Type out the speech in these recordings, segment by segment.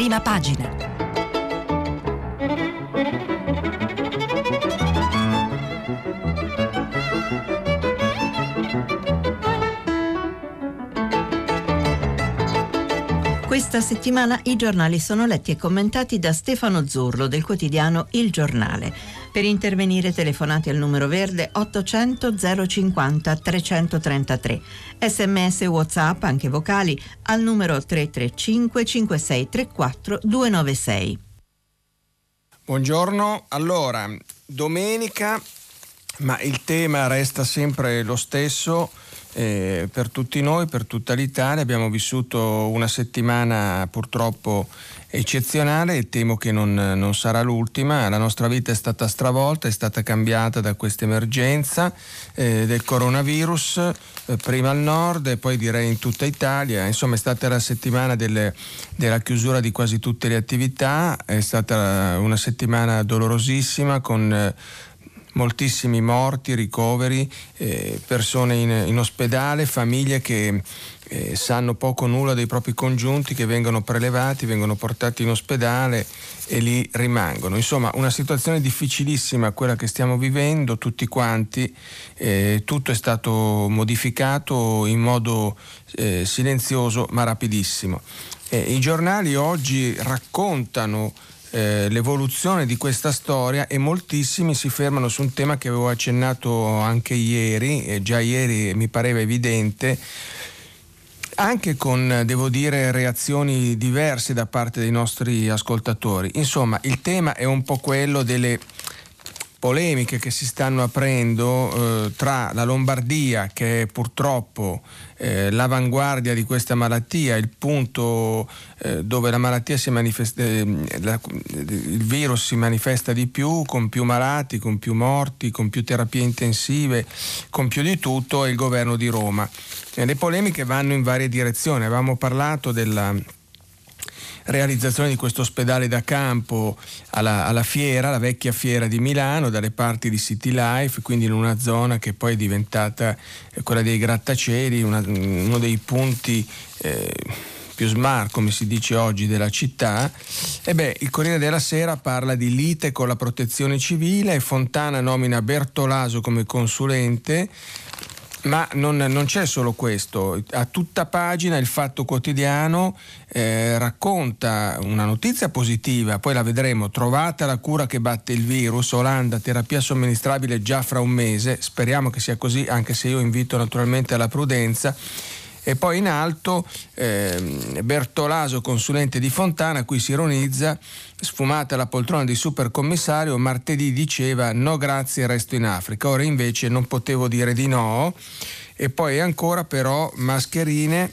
Prima pagina. Questa settimana i giornali sono letti e commentati da Stefano Zurlo del quotidiano Il Giornale. Per intervenire telefonate al numero verde 800 050 333. SMS WhatsApp, anche vocali, al numero 335 5634 296. Buongiorno, allora, domenica, ma il tema resta sempre lo stesso. Per tutti noi, per tutta l'Italia, abbiamo vissuto una settimana purtroppo eccezionale e temo che non sarà l'ultima. La nostra vita è stata stravolta, è stata cambiata da questa emergenza del coronavirus, prima al nord e poi direi in tutta Italia. Insomma, è stata la settimana della chiusura di quasi tutte le attività, è stata una settimana dolorosissima con moltissimi morti, ricoveri, persone in ospedale, famiglie che sanno poco o nulla dei propri congiunti, che vengono prelevati, vengono portati in ospedale e lì rimangono. Insomma, una situazione difficilissima quella che stiamo vivendo tutti quanti. Tutto è stato modificato in modo silenzioso ma rapidissimo. I giornali oggi raccontano l'evoluzione di questa storia e moltissimi si fermano su un tema che avevo accennato anche ieri, e già ieri mi pareva evidente, anche con, devo dire, reazioni diverse da parte dei nostri ascoltatori. Insomma, il tema è un po' quello delle polemiche che si stanno aprendo tra la Lombardia, che è purtroppo l'avanguardia di questa malattia, il punto dove la malattia si manifesta, il virus si manifesta di più, con più malati, con più morti, con più terapie intensive, con più di tutto, è il governo di Roma. Le polemiche vanno in varie direzioni. Avevamo parlato della realizzazione di questo ospedale da campo alla fiera, la vecchia fiera di Milano, dalle parti di City Life, quindi in una zona che poi è diventata quella dei grattacieli, uno dei punti più smart, come si dice oggi, della città. Il Corriere della Sera parla di lite con la protezione civile, Fontana nomina Bertolaso come consulente. Ma non c'è solo questo. A tutta pagina il Fatto Quotidiano racconta una notizia positiva, poi la vedremo: trovata la cura che batte il virus, Olanda, terapia somministrabile già fra un mese. Speriamo che sia così, anche se io invito naturalmente alla prudenza. E poi in alto Bertolaso, consulente di Fontana, qui si ironizza: sfumata la poltrona di supercommissario, martedì diceva no grazie, resto in Africa, ora invece non potevo dire di no. E poi ancora però mascherine,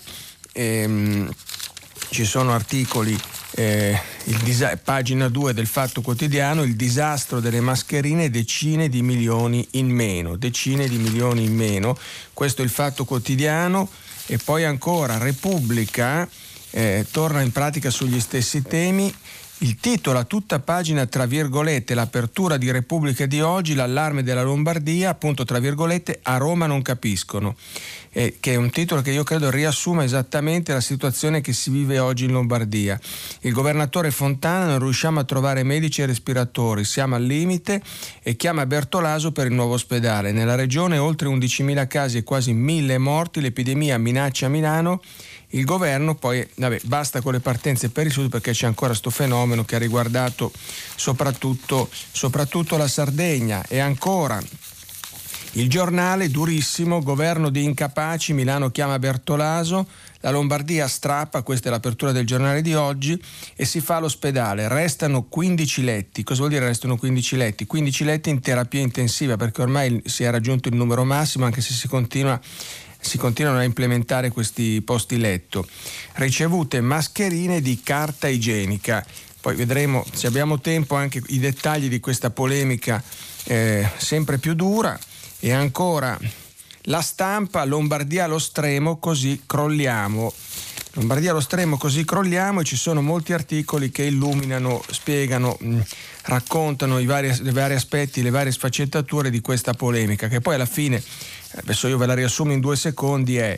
ci sono articoli, pagina 2 del Fatto Quotidiano, il disastro delle mascherine, decine di milioni in meno, questo è il Fatto Quotidiano. E poi ancora Repubblica torna in pratica sugli stessi temi. Il titolo a tutta pagina, tra virgolette, l'apertura di Repubblica di oggi, l'allarme della Lombardia, appunto tra virgolette, a Roma non capiscono, che è un titolo che io credo riassume esattamente la situazione che si vive oggi in Lombardia. Il governatore Fontana: non riusciamo a trovare medici e respiratori, siamo al limite, e chiama Bertolaso per il nuovo ospedale. Nella regione oltre 11.000 casi e quasi 1.000 morti, l'epidemia minaccia Milano. Il governo poi, basta con le partenze per il sud, perché c'è ancora sto fenomeno che ha riguardato soprattutto la Sardegna. E ancora Il Giornale, durissimo, governo di incapaci, Milano chiama Bertolaso, la Lombardia strappa, questa è l'apertura del Giornale di oggi, e si fa l'ospedale, restano 15 letti. Cosa vuol dire restano 15 letti? 15 letti in terapia intensiva, perché ormai si è raggiunto il numero massimo, anche se si continuano a implementare questi posti letto. Ricevute mascherine di carta igienica. Poi vedremo, se abbiamo tempo, anche i dettagli di questa polemica sempre più dura. E ancora La Stampa, Lombardia allo stremo, così crolliamo. Lombardia allo stremo, così crolliamo, e ci sono molti articoli che illuminano, spiegano, raccontano i vari aspetti, le varie sfaccettature di questa polemica, che poi alla fine, adesso io ve la riassumo in 2 secondi, è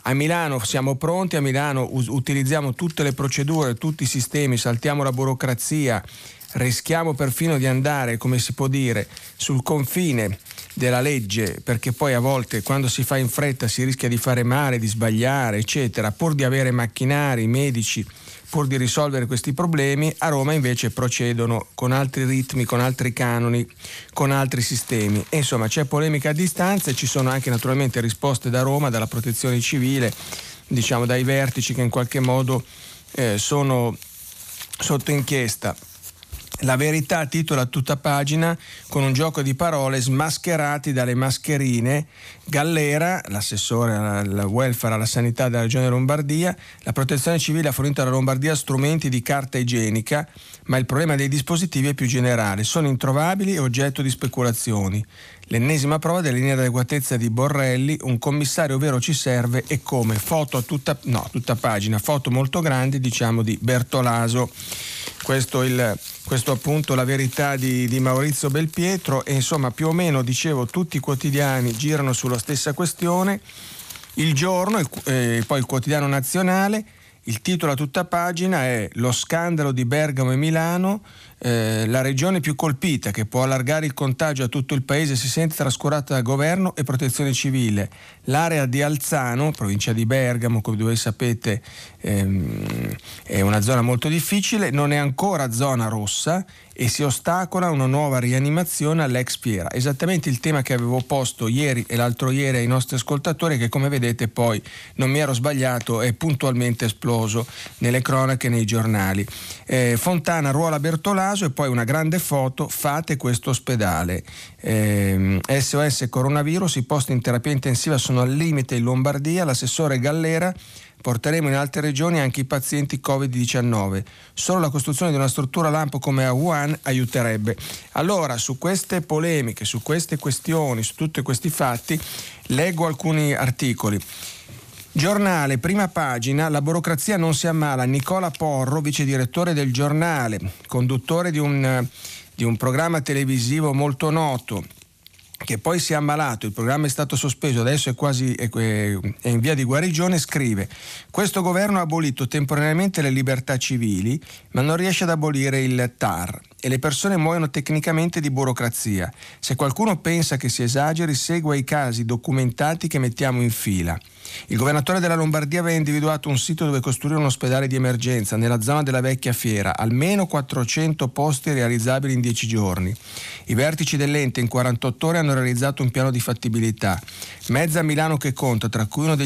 A Milano siamo pronti, a Milano utilizziamo tutte le procedure, tutti i sistemi, saltiamo la burocrazia, rischiamo perfino di andare, come si può dire, sul confine della legge, perché poi a volte quando si fa in fretta si rischia di fare male, di sbagliare, eccetera, pur di avere macchinari, medici, pur di risolvere questi problemi. A Roma invece procedono con altri ritmi, con altri canoni, con altri sistemi. E insomma c'è polemica a distanza e ci sono anche naturalmente risposte da Roma, dalla protezione civile, diciamo dai vertici che in qualche modo sono sotto inchiesta. La Verità titola a tutta pagina con un gioco di parole: smascherati dalle mascherine. Gallera, l'assessore al welfare alla sanità della regione Lombardia: la protezione civile ha fornito alla Lombardia strumenti di carta igienica, ma il problema dei dispositivi è più generale, sono introvabili e oggetto di speculazioni. L'ennesima prova dell'inadeguatezza di Borrelli: un commissario vero ci serve e come. Foto a tutta pagina, foto molto grandi, diciamo, di Bertolaso. Questo appunto La Verità di Maurizio Belpietro. E insomma più o meno, dicevo, tutti i quotidiani girano sulla stessa questione. Il Giorno e poi il Quotidiano Nazionale, il titolo a tutta pagina è: lo scandalo di Bergamo e Milano, la regione più colpita che può allargare il contagio a tutto il paese si sente trascurata da governo e protezione civile. L'area di Alzano, provincia di Bergamo, come voi sapete, è una zona molto difficile, non è ancora zona rossa e si ostacola una nuova rianimazione all'ex Piera. Esattamente il tema che avevo posto ieri e l'altro ieri ai nostri ascoltatori, che come vedete poi non mi ero sbagliato, è puntualmente esploso nelle cronache e nei giornali. Fontana ruola Bertolaso e poi una grande foto: fate questo ospedale. SOS coronavirus, i posti in terapia intensiva sono al limite in Lombardia, l'assessore Gallera: porteremo in altre regioni anche i pazienti Covid-19. Solo la costruzione di una struttura lampo come a Wuhan aiuterebbe. Allora, su queste polemiche, su queste questioni, su tutti questi fatti, leggo alcuni articoli. Giornale, prima pagina: la burocrazia non si ammala. Nicola Porro, vice direttore del Giornale, conduttore di un programma televisivo molto noto, che poi si è ammalato, il programma è stato sospeso, adesso è in via di guarigione, scrive: questo governo ha abolito temporaneamente le libertà civili, ma non riesce ad abolire il TAR e le persone muoiono tecnicamente di burocrazia. Se qualcuno pensa che si esageri, segua i casi documentati che mettiamo in fila. Il governatore della Lombardia aveva individuato un sito dove costruire un ospedale di emergenza nella zona della vecchia fiera, almeno 400 posti realizzabili in 10 giorni. I vertici dell'ente in 48 ore hanno realizzato un piano di fattibilità. Mezza Milano che conta, tra cui uno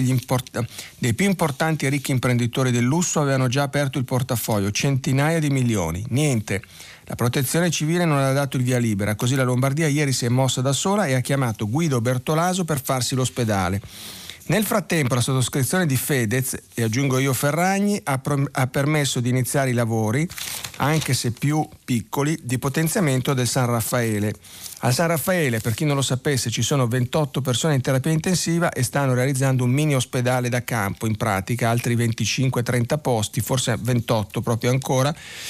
dei più importanti e ricchi imprenditori del lusso, avevano già aperto il portafoglio, centinaia di milioni. Niente. La protezione civile non ha dato il via libera, così la Lombardia ieri si è mossa da sola e ha chiamato Guido Bertolaso per farsi l'ospedale. Nel frattempo la sottoscrizione di Fedez, e aggiungo io Ferragni, ha permesso di iniziare i lavori, anche se più piccoli, di potenziamento del San Raffaele. Al San Raffaele, per chi non lo sapesse, ci sono 28 persone in terapia intensiva e stanno realizzando un mini ospedale da campo, in pratica altri 25-30 posti, forse 28 proprio ancora,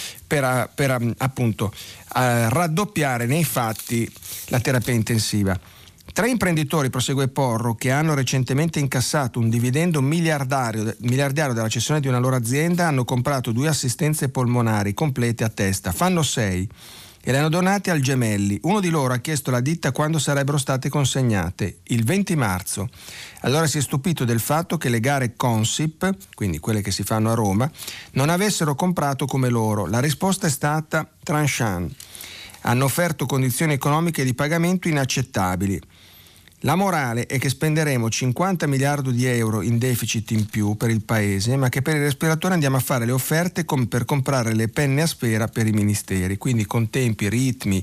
per appunto raddoppiare nei fatti la terapia intensiva. 3 imprenditori, prosegue Porro, che hanno recentemente incassato un dividendo miliardario dalla cessione di una loro azienda, hanno comprato 2 assistenze polmonari complete a testa. Fanno 6 e le hanno donate al Gemelli. Uno di loro ha chiesto alla ditta quando sarebbero state consegnate: il 20 marzo. Allora si è stupito del fatto che le gare Consip, quindi quelle che si fanno a Roma, non avessero comprato come loro. La risposta è stata tranchant. Hanno offerto condizioni economiche di pagamento inaccettabili. La morale è che spenderemo 50 miliardi di euro in deficit in più per il paese, ma che per il respiratore andiamo a fare le offerte come per comprare le penne a sfera per i ministeri, quindi con tempi, ritmi,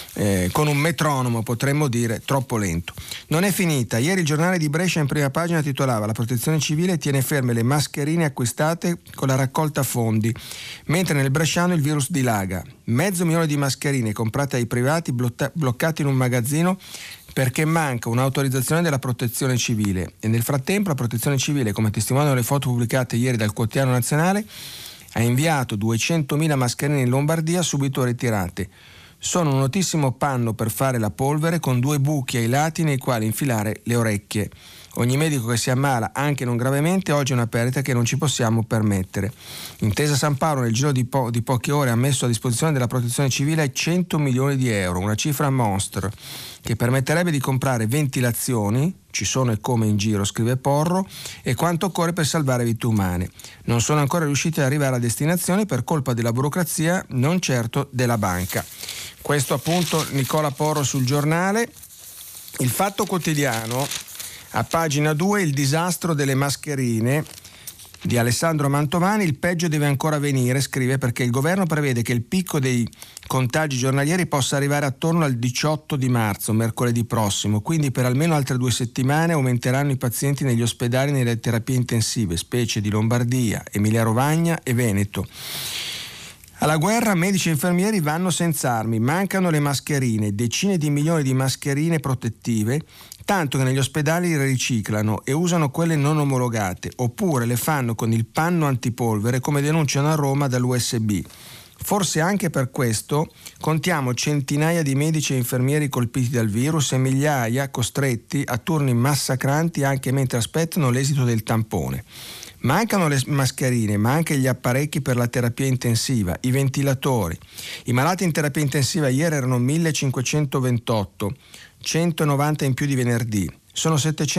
con un metronomo, potremmo dire, troppo lento. Non è finita. Ieri il giornale di Brescia in prima pagina titolava: la protezione civile tiene ferme le mascherine acquistate con la raccolta fondi, mentre nel bresciano il virus dilaga. 500.000 di mascherine comprate ai privati bloccate in un magazzino perché manca un'autorizzazione della protezione civile, e nel frattempo la protezione civile, come testimoniano le foto pubblicate ieri dal Quotidiano Nazionale, ha inviato 200.000 mascherine in Lombardia subito ritirate. Sono un notissimo panno per fare la polvere, con 2 buchi ai lati nei quali infilare le orecchie. Ogni medico che si ammala, anche non gravemente, oggi è una perdita che non ci possiamo permettere. Intesa San Paolo nel giro di poche ore ha messo a disposizione della Protezione Civile 100 milioni di euro, una cifra monstre che permetterebbe di comprare ventilazioni, ci sono e come in giro, scrive Porro, e quanto occorre per salvare vite umane. Non sono ancora riusciti ad arrivare a destinazione per colpa della burocrazia, non certo della banca. Questo appunto Nicola Porro sul Giornale. Il Fatto Quotidiano, a pagina 2, il disastro delle mascherine di Alessandro Mantovani. Il peggio deve ancora venire, scrive, perché il governo prevede che il picco dei contagi giornalieri possa arrivare attorno al 18 di marzo, mercoledì prossimo, quindi per almeno altre 2 settimane aumenteranno i pazienti negli ospedali e nelle terapie intensive, specie di Lombardia, Emilia-Romagna e Veneto. Alla guerra medici e infermieri vanno senza armi, mancano le mascherine, decine di milioni di mascherine protettive, tanto che negli ospedali le riciclano e usano quelle non omologate, oppure le fanno con il panno antipolvere, come denunciano a Roma dall'USB. Forse anche per questo contiamo centinaia di medici e infermieri colpiti dal virus e migliaia costretti a turni massacranti anche mentre aspettano l'esito del tampone. Mancano le mascherine, ma anche gli apparecchi per la terapia intensiva, i ventilatori. I malati in terapia intensiva ieri erano 1528, 190 in più di venerdì. Sono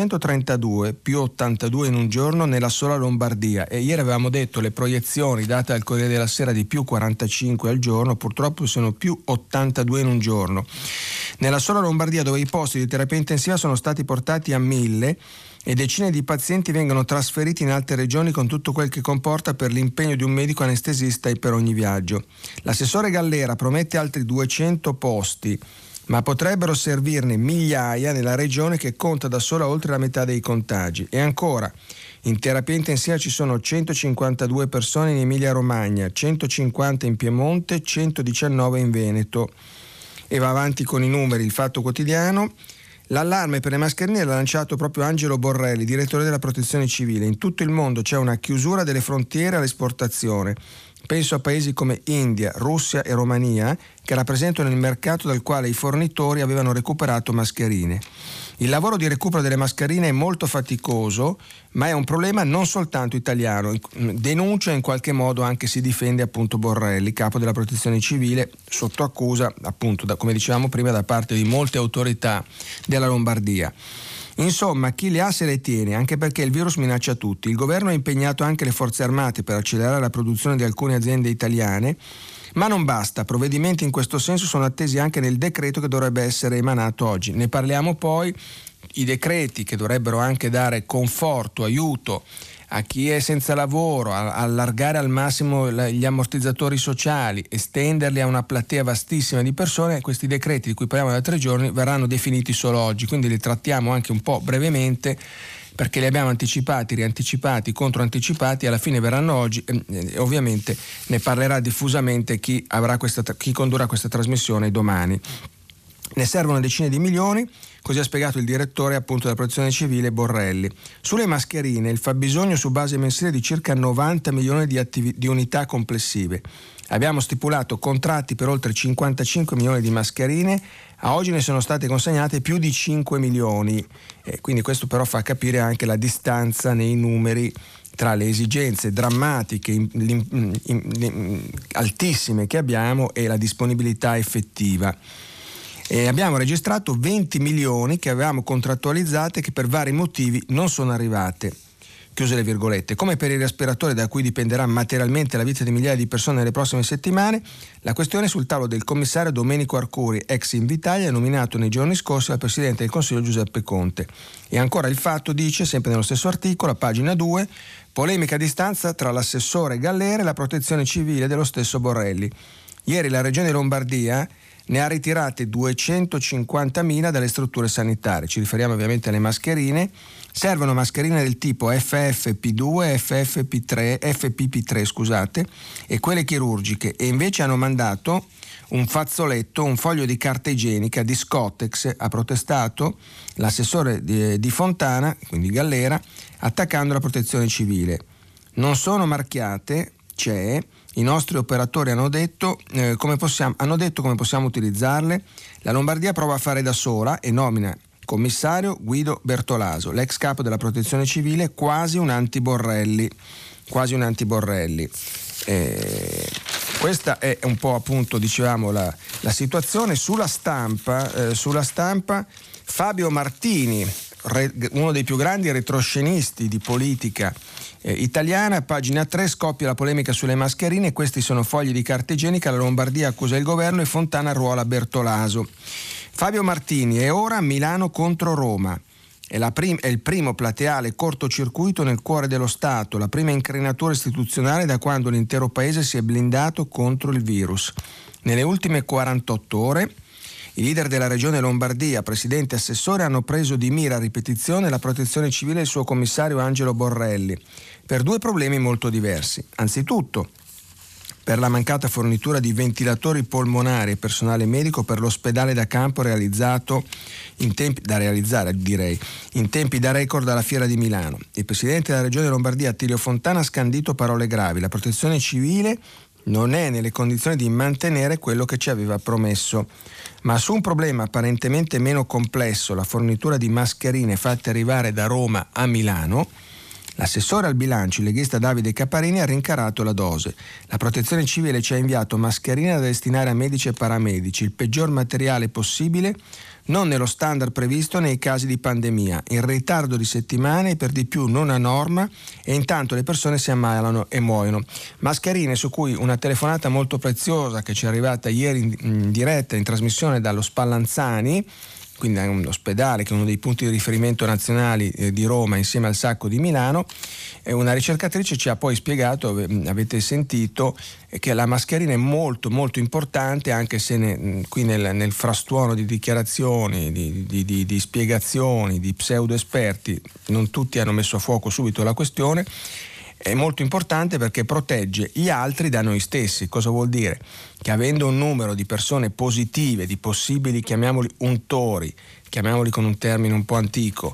732 più 82 in un giorno nella sola Lombardia, e ieri avevamo detto le proiezioni date dal Corriere della Sera di più 45 al giorno, purtroppo sono più 82 in un giorno. Nella sola Lombardia, dove i posti di terapia intensiva sono stati portati a 1000 e decine di pazienti vengono trasferiti in altre regioni, con tutto quel che comporta per l'impegno di un medico anestesista e per ogni viaggio. L'assessore Gallera promette altri 200 posti, ma potrebbero servirne migliaia nella regione che conta da sola oltre la metà dei contagi. E ancora, in terapia intensiva ci sono 152 persone in Emilia-Romagna, 150 in Piemonte, 119 in Veneto. E va avanti con i numeri il Fatto Quotidiano. L'allarme per le mascherine l'ha lanciato proprio Angelo Borrelli, direttore della Protezione Civile. In tutto il mondo c'è una chiusura delle frontiere all'esportazione. Penso a paesi come India, Russia e Romania, che rappresentano il mercato dal quale i fornitori avevano recuperato mascherine. Il lavoro di recupero delle mascherine è molto faticoso, ma è un problema non soltanto italiano. Denuncia in qualche modo, anche si difende appunto Borrelli, capo della Protezione Civile, sotto accusa appunto, come dicevamo prima, da parte di molte autorità della Lombardia. Insomma, chi le ha se le tiene, anche perché il virus minaccia tutti. Il governo ha impegnato anche le forze armate per accelerare la produzione di alcune aziende italiane, ma non basta. Provvedimenti in questo senso sono attesi anche nel decreto che dovrebbe essere emanato oggi. Ne parliamo poi. I decreti che dovrebbero anche dare conforto, aiuto a chi è senza lavoro, allargare al massimo gli ammortizzatori sociali, estenderli a una platea vastissima di persone. Questi decreti di cui parliamo da 3 giorni verranno definiti solo oggi, quindi li trattiamo anche un po' brevemente, perché li abbiamo anticipati, rianticipati, controanticipati, alla fine verranno oggi e ovviamente ne parlerà diffusamente chi condurrà questa trasmissione domani. Ne servono decine di milioni, così ha spiegato il direttore appunto della Protezione Civile Borrelli. Sulle mascherine il fabbisogno su base mensile di circa 90 milioni di unità complessive. Abbiamo stipulato contratti per oltre 55 milioni di mascherine, a oggi ne sono state consegnate più di 5 milioni. Quindi questo però fa capire anche la distanza nei numeri tra le esigenze drammatiche, altissime che abbiamo, e la disponibilità effettiva. Abbiamo registrato 20 milioni che avevamo contrattualizzate, che per vari motivi non sono arrivate. Chiuse le virgolette. Come per i respiratori, da cui dipenderà materialmente la vita di migliaia di persone nelle prossime settimane, la questione è sul tavolo del commissario Domenico Arcuri, ex Invitalia, nominato nei giorni scorsi dal Presidente del Consiglio Giuseppe Conte. E ancora il Fatto dice, sempre nello stesso articolo, a pagina 2, polemica a distanza tra l'assessore Gallera e la Protezione Civile dello stesso Borrelli. Ieri la Regione Lombardia ne ha ritirate 250.000 dalle strutture sanitarie. Ci riferiamo ovviamente alle mascherine. Servono mascherine del tipo FFP2, FFP3, e quelle chirurgiche, e invece hanno mandato un fazzoletto, un foglio di carta igienica di Scottex, ha protestato l'assessore di Fontana, quindi Gallera, attaccando la Protezione Civile. Non sono marchiate, i nostri operatori hanno detto come possiamo utilizzarle. La Lombardia prova a fare da sola e nomina commissario Guido Bertolaso, l'ex capo della Protezione Civile, quasi un anti-Borrelli. Questa è un po', appunto, dicevamo, la situazione. Sulla stampa Fabio Martini, uno dei più grandi retroscenisti di politica italiana, pagina 3, scoppia la polemica sulle mascherine, questi sono fogli di carta igienica, la Lombardia accusa il governo e Fontana arruola Bertolaso. Fabio Martini: è ora Milano contro Roma. È il primo plateale cortocircuito nel cuore dello Stato, la prima incrinatura istituzionale da quando l'intero paese si è blindato contro il virus. Nelle ultime 48 ore i leader della regione Lombardia, presidente e assessore, hanno preso di mira a ripetizione la Protezione Civile e il suo commissario Angelo Borrelli, per due problemi molto diversi. Anzitutto, per la mancata fornitura di ventilatori polmonari e personale medico per l'ospedale da campo realizzato in tempi da record alla Fiera di Milano. Il presidente della regione Lombardia, Attilio Fontana, ha scandito parole gravi. La Protezione Civile non è nelle condizioni di mantenere quello che ci aveva promesso. Ma su un problema apparentemente meno complesso, la fornitura di mascherine fatte arrivare da Roma a Milano, l'assessore al bilancio, il leghista Davide Caparini, ha rincarato la dose. La Protezione Civile ci ha inviato mascherine da destinare a medici e paramedici, il peggior materiale possibile, non nello standard previsto nei casi di pandemia, in ritardo di settimane e per di più non a norma, e intanto le persone si ammalano e muoiono. Mascherine su cui una telefonata molto preziosa che ci è arrivata ieri in diretta in trasmissione dallo Spallanzani, quindi è un ospedale che è uno dei punti di riferimento nazionali di Roma insieme al Sacco di Milano, una ricercatrice ci ha poi spiegato, avete sentito, che la mascherina è molto molto importante, anche se qui nel frastuono di dichiarazioni, di spiegazioni, di pseudo esperti, non tutti hanno messo a fuoco subito la questione. È molto importante perché protegge gli altri da noi stessi. Cosa vuol dire? Che avendo un numero di persone positive, di possibili, chiamiamoli untori, chiamiamoli con un termine un po' antico,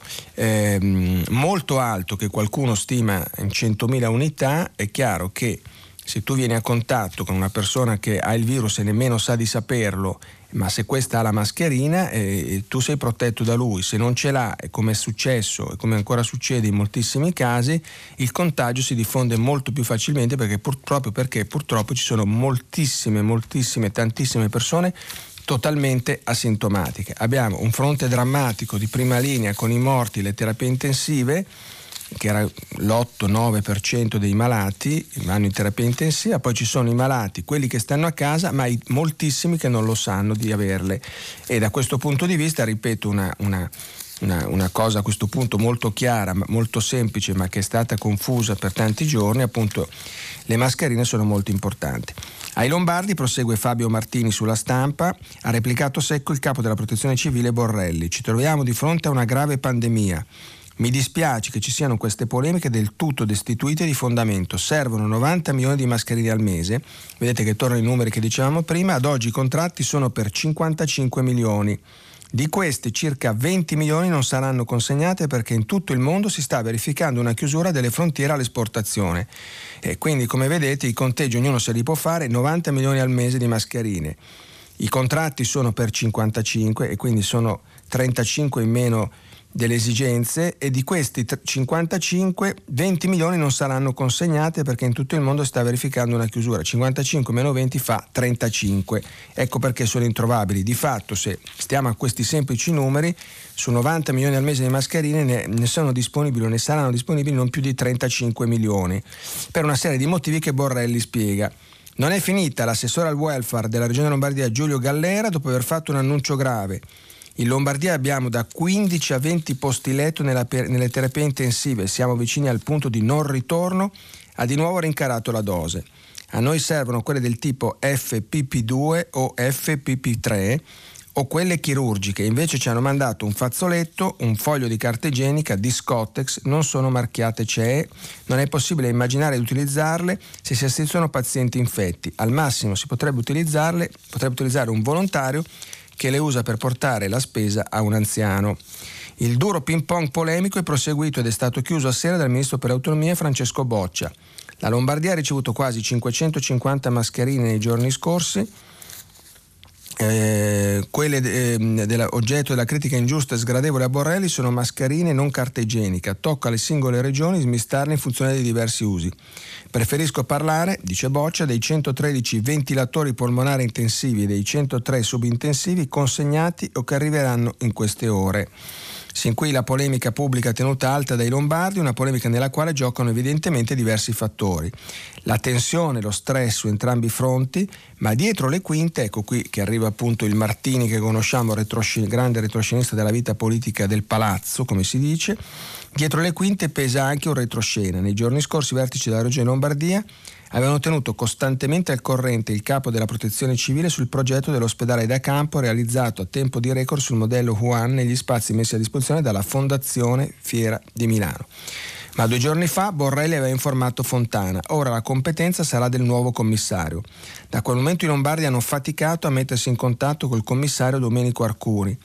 molto alto, che qualcuno stima in 100.000 unità, è chiaro che se tu vieni a contatto con una persona che ha il virus e nemmeno sa di saperlo, ma se questa ha la mascherina, tu sei protetto da lui. Se non ce l'ha, come è successo e come ancora succede in moltissimi casi, il contagio si diffonde molto più facilmente perché purtroppo ci sono tantissime persone totalmente asintomatiche. Abbiamo un fronte drammatico di prima linea con i morti, le terapie intensive, che era l'8-9% dei malati vanno in terapia intensiva, poi ci sono i malati, quelli che stanno a casa, ma moltissimi che non lo sanno di averle. E da questo punto di vista, ripeto, una cosa a questo punto molto chiara, molto semplice, ma che è stata confusa per tanti giorni, appunto, le mascherine sono molto importanti. Ai Lombardi, prosegue Fabio Martini sulla Stampa, ha replicato secco il capo della Protezione Civile Borrelli: ci troviamo di fronte a una grave pandemia. Mi dispiace che ci siano queste polemiche del tutto destituite di fondamento. Servono 90 milioni di mascherine al mese. Vedete che tornano i numeri che dicevamo prima. Ad oggi i contratti sono per 55 milioni. Di questi circa 20 milioni non saranno consegnate perché in tutto il mondo si sta verificando una chiusura delle frontiere all'esportazione. E quindi, come vedete, i conteggi ognuno se li può fare. 90 milioni al mese di mascherine. I contratti sono per 55 e quindi sono 35 in meno delle esigenze, e di questi 55, 20 milioni non saranno consegnate perché in tutto il mondo si sta verificando una chiusura. 55 meno 20 fa 35. Ecco perché sono introvabili. Di fatto, se stiamo a questi semplici numeri, su 90 milioni al mese di mascherine ne sono disponibili o ne saranno disponibili non più di 35 milioni, per una serie di motivi che Borrelli spiega. Non è finita. L'assessore al welfare della regione Lombardia, Giulio Gallera, dopo aver fatto un annuncio grave: in Lombardia abbiamo da 15 a 20 posti letto nelle terapie intensive, siamo vicini al punto di non ritorno, ha di nuovo rincarato la dose. A noi servono quelle del tipo FPP2 o FPP3 o quelle chirurgiche, invece ci hanno mandato un fazzoletto, un foglio di carta igienica, di Scottex, non sono marchiate CE, non è possibile immaginare di utilizzarle se si assistono pazienti infetti. Al massimo si potrebbe utilizzare un volontario che le usa per portare la spesa a un anziano. Il duro ping pong polemico è proseguito ed è stato chiuso a sera dal ministro per le autonomie Francesco Boccia. La Lombardia ha ricevuto quasi 550 mascherine nei giorni scorsi, quelle dell'oggetto della critica ingiusta e sgradevole a Borrelli sono mascherine, non carta igienica. Tocca alle singole regioni smistarle in funzione dei diversi usi. Preferisco parlare, dice Boccia, dei 113 ventilatori polmonari intensivi e dei 103 subintensivi consegnati o che arriveranno in queste ore. Sin qui la polemica pubblica tenuta alta dai lombardi, una polemica nella quale giocano evidentemente diversi fattori. La tensione, lo stress su entrambi i fronti, ma dietro le quinte, ecco qui che arriva appunto il Martini che conosciamo, grande retroscenista della vita politica del palazzo, come si dice. Dietro le quinte pesa anche un retroscena. Nei giorni scorsi i vertici della Regione Lombardia avevano tenuto costantemente al corrente il capo della protezione civile sul progetto dell'ospedale da campo realizzato a tempo di record sul modello Wuhan negli spazi messi a disposizione dalla Fondazione Fiera di Milano. Ma 2 giorni fa Borrelli aveva informato Fontana. Ora la competenza sarà del nuovo commissario. Da quel momento i lombardi hanno faticato a mettersi in contatto col commissario Domenico Arcuri.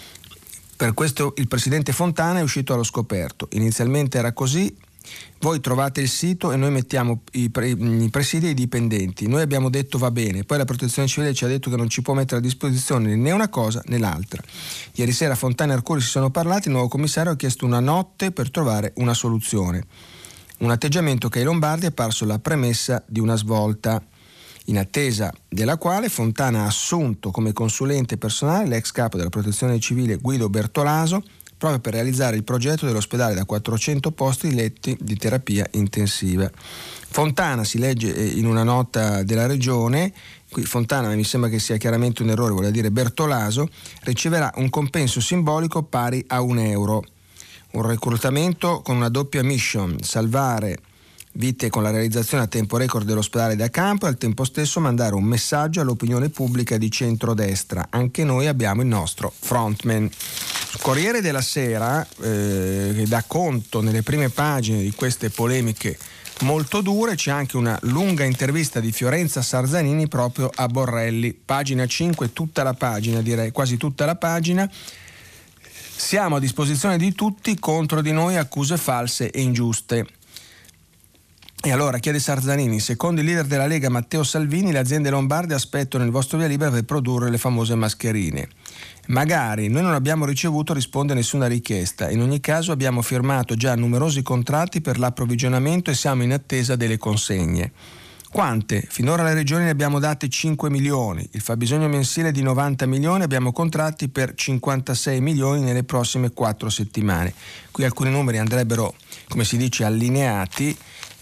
Per questo il presidente Fontana è uscito allo scoperto. Inizialmente era così: voi trovate il sito e noi mettiamo i presidi e i dipendenti. Noi abbiamo detto va bene, poi la protezione civile ci ha detto che non ci può mettere a disposizione né una cosa né l'altra. Ieri sera Fontana e Arcuri si sono parlati, il nuovo commissario ha chiesto una notte per trovare una soluzione. Un atteggiamento che ai lombardi è parso la premessa di una svolta, in attesa della quale Fontana ha assunto come consulente personale l'ex capo della protezione civile Guido Bertolaso, proprio per realizzare il progetto dell'ospedale da 400 posti letti di terapia intensiva. Fontana, si legge in una nota della regione, qui Fontana mi sembra che sia chiaramente un errore, vuol dire Bertolaso, riceverà un compenso simbolico pari a €1. Un reclutamento con una doppia mission: salvare vite con la realizzazione a tempo record dell'ospedale da campo e al tempo stesso mandare un messaggio all'opinione pubblica di centrodestra. Anche noi abbiamo il nostro frontman. Corriere della Sera che dà conto nelle prime pagine di queste polemiche molto dure, c'è anche una lunga intervista di Fiorenza Sarzanini proprio a Borrelli, pagina 5, tutta la pagina, direi quasi tutta la pagina. Siamo a disposizione di tutti, contro di noi accuse false e ingiuste. E allora chiede Sarzanini: secondo il leader della Lega Matteo Salvini, le aziende lombarde aspettano il vostro via libera per produrre le famose mascherine. Magari, noi non abbiamo ricevuto, risponde, nessuna richiesta. In ogni caso abbiamo firmato già numerosi contratti per l'approvvigionamento e siamo in attesa delle consegne. Quante? Finora alle regioni ne abbiamo date 5 milioni, il fabbisogno mensile è di 90 milioni, abbiamo contratti per 56 milioni nelle prossime 4 settimane. Qui alcuni numeri andrebbero, come si dice, allineati.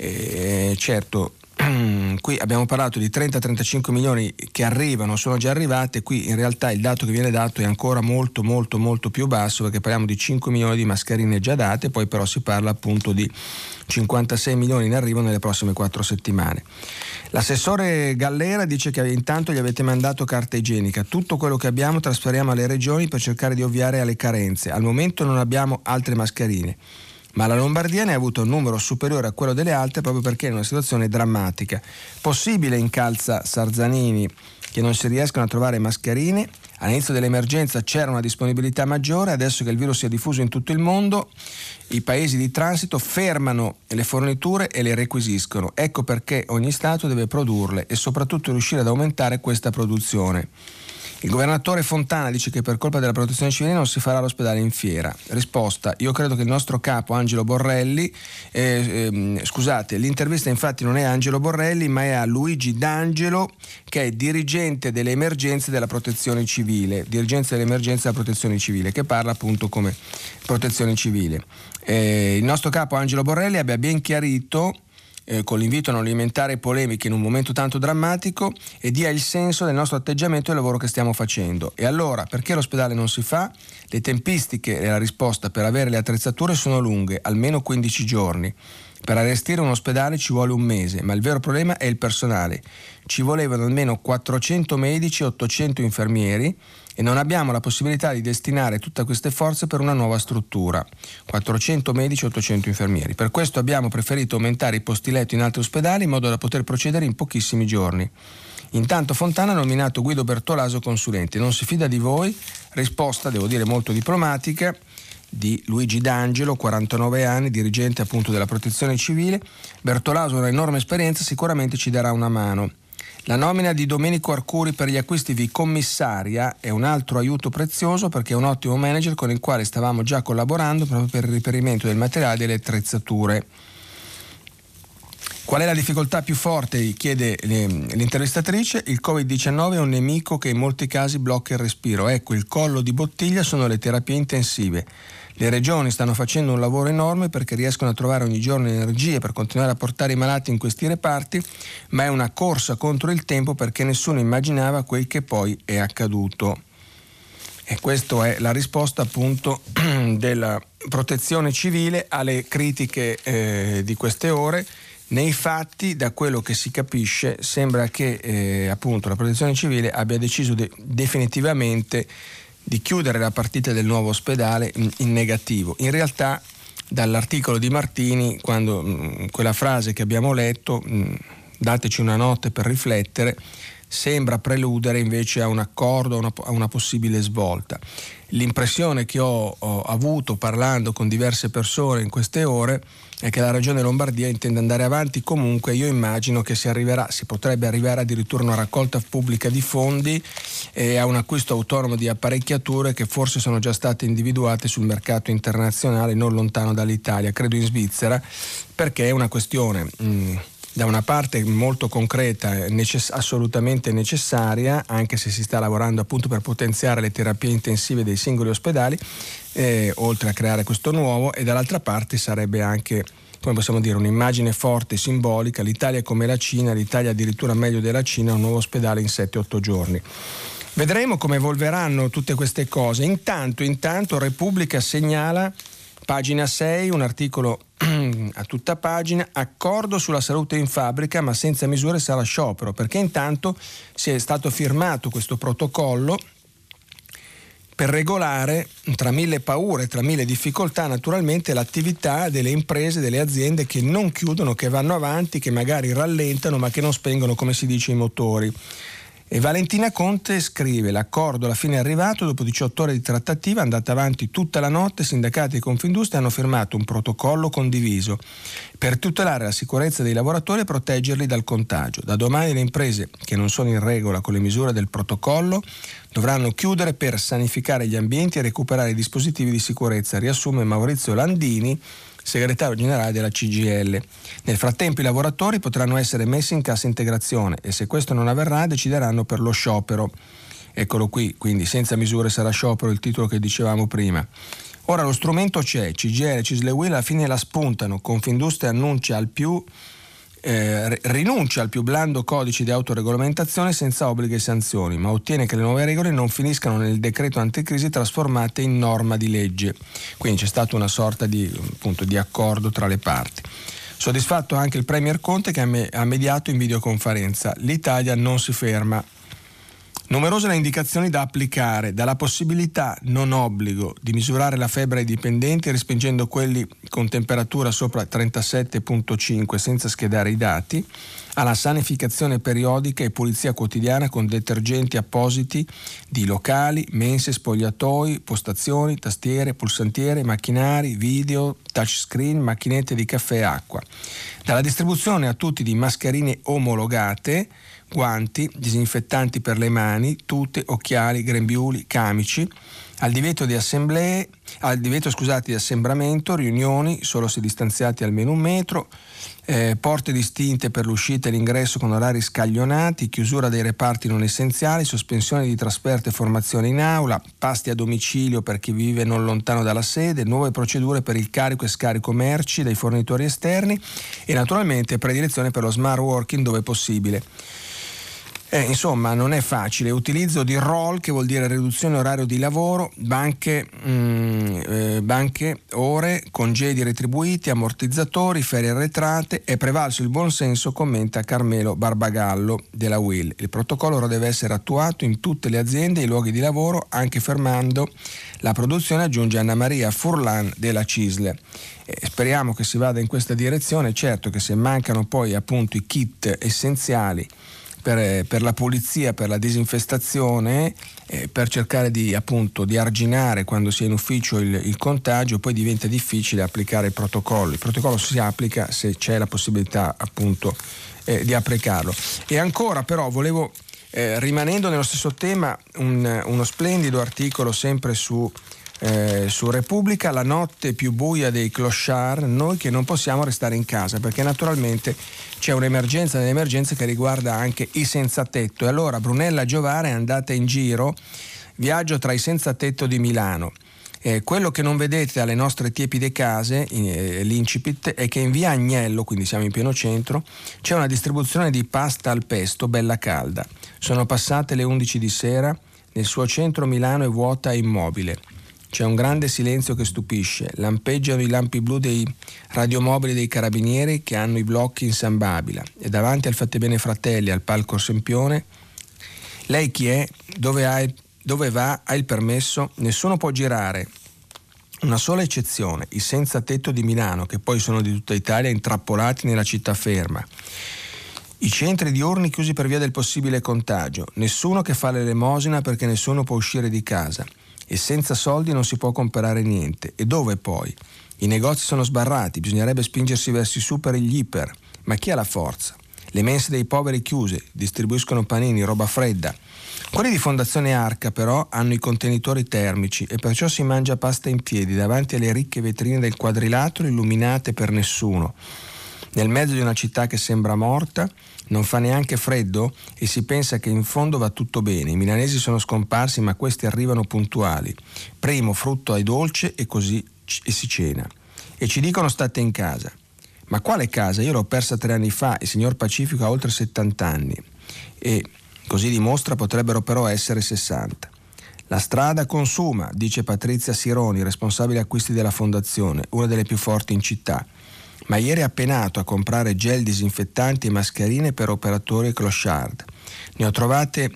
Certo, qui abbiamo parlato di 30-35 milioni che arrivano, sono già arrivate. Qui in realtà il dato che viene dato è ancora molto molto molto più basso, perché parliamo di 5 milioni di mascherine già date, poi però si parla appunto di 56 milioni in arrivo nelle prossime 4 settimane. L'assessore Gallera dice che intanto gli avete mandato carta igienica, tutto quello che abbiamo trasferiamo alle regioni per cercare di ovviare alle carenze. Al momento non abbiamo altre mascherine, ma la Lombardia ne ha avuto un numero superiore a quello delle altre proprio perché è in una situazione drammatica. Possibile, incalza Sarzanini, che non si riescano a trovare mascherine? All'inizio dell'emergenza c'era una disponibilità maggiore, adesso che il virus si è diffuso in tutto il mondo i paesi di transito fermano le forniture e le requisiscono. Ecco perché ogni Stato deve produrle e soprattutto riuscire ad aumentare questa produzione. Il governatore Fontana dice che per colpa della protezione civile non si farà l'ospedale in Fiera. Risposta: io credo che il nostro capo Angelo Borrelli, scusate, l'intervista infatti non è a Angelo Borrelli ma è a Luigi D'Angelo, che è dirigente delle emergenze della protezione civile, che parla appunto come protezione civile. Il nostro capo Angelo Borrelli abbia ben chiarito, con l'invito a non alimentare polemiche in un momento tanto drammatico, e dia il senso del nostro atteggiamento e del lavoro che stiamo facendo. E allora, perché l'ospedale non si fa? Le tempistiche e la risposta per avere le attrezzature sono lunghe, almeno 15 giorni. Per allestire un ospedale ci vuole un mese, ma il vero problema è il personale. Ci volevano almeno 400 medici e 800 infermieri e non abbiamo la possibilità di destinare tutte queste forze per una nuova struttura. 400 medici e 800 infermieri. Per questo abbiamo preferito aumentare i posti letto in altri ospedali in modo da poter procedere in pochissimi giorni. Intanto Fontana ha nominato Guido Bertolaso consulente. Non si fida di voi? Risposta, devo dire molto diplomatica, di Luigi D'Angelo, 49 anni, dirigente appunto della protezione civile. Bertolaso ha un'enorme esperienza, sicuramente ci darà una mano. La nomina di Domenico Arcuri per gli acquisti vi commissaria è un altro aiuto prezioso perché è un ottimo manager con il quale stavamo già collaborando proprio per il reperimento del materiale e delle attrezzature. Qual è la difficoltà più forte? Chiede l'intervistatrice. Il Covid-19 è un nemico che in molti casi blocca il respiro. Ecco, il collo di bottiglia sono le terapie intensive. Le regioni stanno facendo un lavoro enorme perché riescono a trovare ogni giorno energie per continuare a portare i malati in questi reparti, ma è una corsa contro il tempo perché nessuno immaginava quel che poi è accaduto. E questa è la risposta appunto della Protezione Civile alle critiche di queste ore. Nei fatti, da quello che si capisce, sembra che appunto la Protezione Civile abbia deciso definitivamente di chiudere la partita del nuovo ospedale in negativo. In realtà, dall'articolo di Martini, quando quella frase che abbiamo letto, dateci una notte per riflettere, sembra preludere invece a un accordo, a una possibile svolta. L'impressione che ho avuto parlando con diverse persone in queste ore è che la Regione Lombardia intende andare avanti comunque. Io immagino che si potrebbe arrivare addirittura a una raccolta pubblica di fondi e a un acquisto autonomo di apparecchiature che forse sono già state individuate sul mercato internazionale non lontano dall'Italia, credo in Svizzera, perché è una questione da una parte molto concreta, assolutamente necessaria, anche se si sta lavorando appunto per potenziare le terapie intensive dei singoli ospedali, oltre a creare questo nuovo, e dall'altra parte sarebbe anche, come possiamo dire, un'immagine forte, simbolica. L'Italia è come la Cina, l'Italia addirittura meglio della Cina, un nuovo ospedale in 7-8 giorni. Vedremo come evolveranno tutte queste cose. Intanto Repubblica segnala, pagina 6, un articolo a tutta pagina: accordo sulla salute in fabbrica ma senza misure sarà sciopero, perché intanto si è stato firmato questo protocollo per regolare, tra mille paure, tra mille difficoltà naturalmente, l'attività delle imprese, delle aziende che non chiudono, che vanno avanti, che magari rallentano ma che non spengono, come si dice, i motori. E Valentina Conte scrive: l'accordo alla fine è arrivato dopo 18 ore di trattativa, andata avanti tutta la notte. Sindacati e Confindustria hanno firmato un protocollo condiviso per tutelare la sicurezza dei lavoratori e proteggerli dal contagio. Da domani le imprese che non sono in regola con le misure del protocollo dovranno chiudere per sanificare gli ambienti e recuperare i dispositivi di sicurezza, riassume Maurizio Landini, segretario generale della CGIL. Nel frattempo i lavoratori potranno essere messi in cassa integrazione e se questo non avverrà decideranno per lo sciopero. Eccolo qui, quindi senza misure sarà sciopero, il titolo che dicevamo prima. Ora lo strumento c'è, CGIL e CISL e UIL alla fine la spuntano. Confindustria rinuncia al più blando codice di autoregolamentazione senza obblighi e sanzioni, ma ottiene che le nuove regole non finiscano nel decreto anticrisi trasformate in norma di legge. Quindi c'è stata una sorta di accordo tra le parti. Soddisfatto anche il Premier Conte, che ha mediato in videoconferenza. L'Italia non si ferma. Numerose le indicazioni da applicare, dalla possibilità, non obbligo, di misurare la febbre ai dipendenti respingendo quelli con temperatura sopra 37,5 senza schedare i dati, alla sanificazione periodica e pulizia quotidiana con detergenti appositi di locali, mense, spogliatoi, postazioni, tastiere, pulsantiere, macchinari, video, touchscreen, macchinette di caffè e acqua. Dalla distribuzione a tutti di mascherine omologate, guanti, disinfettanti per le mani, tute, occhiali, grembiuli, camici, al divieto di assembramento, riunioni solo se distanziati almeno 1 metro, porte distinte per l'uscita e l'ingresso con orari scaglionati, chiusura dei reparti non essenziali, sospensione di trasferte e formazione in aula, pasti a domicilio per chi vive non lontano dalla sede, nuove procedure per il carico e scarico merci dai fornitori esterni e naturalmente predilezione per lo smart working dove possibile. Insomma, non è facile. Utilizzo di roll, che vuol dire riduzione orario di lavoro, banche, ore, congedi retribuiti, ammortizzatori, ferie arretrate. È prevalso il buonsenso, commenta Carmelo Barbagallo della UIL. Il protocollo ora deve essere attuato in tutte le aziende e i luoghi di lavoro, anche fermando la produzione, aggiunge Anna Maria Furlan della CISL. Speriamo che si vada in questa direzione. Certo che se mancano poi appunto i kit essenziali per la pulizia, per la disinfestazione, per cercare di arginare quando si è in ufficio il contagio, poi diventa difficile applicare il protocollo. Il protocollo si applica se c'è la possibilità appunto di applicarlo. E ancora però volevo, rimanendo nello stesso tema, uno splendido articolo sempre su Repubblica, la notte più buia dei clochard, noi che non possiamo restare in casa, perché naturalmente c'è un'emergenza nell'emergenza che riguarda anche i senza tetto. E allora Brunella Giovara è andata in giro, viaggio tra i senza tetto di Milano. Quello che non vedete alle nostre tiepide case, l'incipit, è che in via Agnello, quindi siamo in pieno centro, c'è una distribuzione di pasta al pesto bella calda. Sono passate le 11 di sera, nel suo centro Milano è vuota e immobile. C'è un grande silenzio che stupisce, lampeggiano i lampi blu dei radiomobili dei carabinieri che hanno i blocchi in San Babila, e davanti al Fattebene Fratelli, al palco Sempione, lei chi è? Dove va? Ha il permesso? Nessuno può girare. Una sola eccezione, i senza tetto di Milano, che poi sono di tutta Italia, intrappolati nella città ferma. I centri diurni chiusi per via del possibile contagio. Nessuno che fa l'elemosina perché nessuno può uscire di casa. E senza soldi non si può comprare niente. E dove poi? I negozi sono sbarrati, bisognerebbe spingersi verso i super e gli iper. Ma chi ha la forza? Le mense dei poveri chiuse, distribuiscono panini, roba fredda. Quelli di Fondazione Arca però hanno i contenitori termici e perciò si mangia pasta in piedi davanti alle ricche vetrine del Quadrilatero illuminate per nessuno. Nel mezzo di una città che sembra morta, non fa neanche freddo e si pensa che in fondo va tutto bene. I milanesi sono scomparsi, ma questi arrivano puntuali. Primo frutto ai dolce e così si cena. E ci dicono state in casa. Ma quale casa? Io l'ho persa 3 anni fa, il signor Pacifico ha oltre 70 anni. E così dimostra potrebbero però essere 60. La strada consuma, dice Patrizia Sironi, responsabile acquisti della fondazione, una delle più forti in città. Ma ieri ha penato a comprare gel disinfettanti e mascherine per operatori e clochard. Ne ho trovate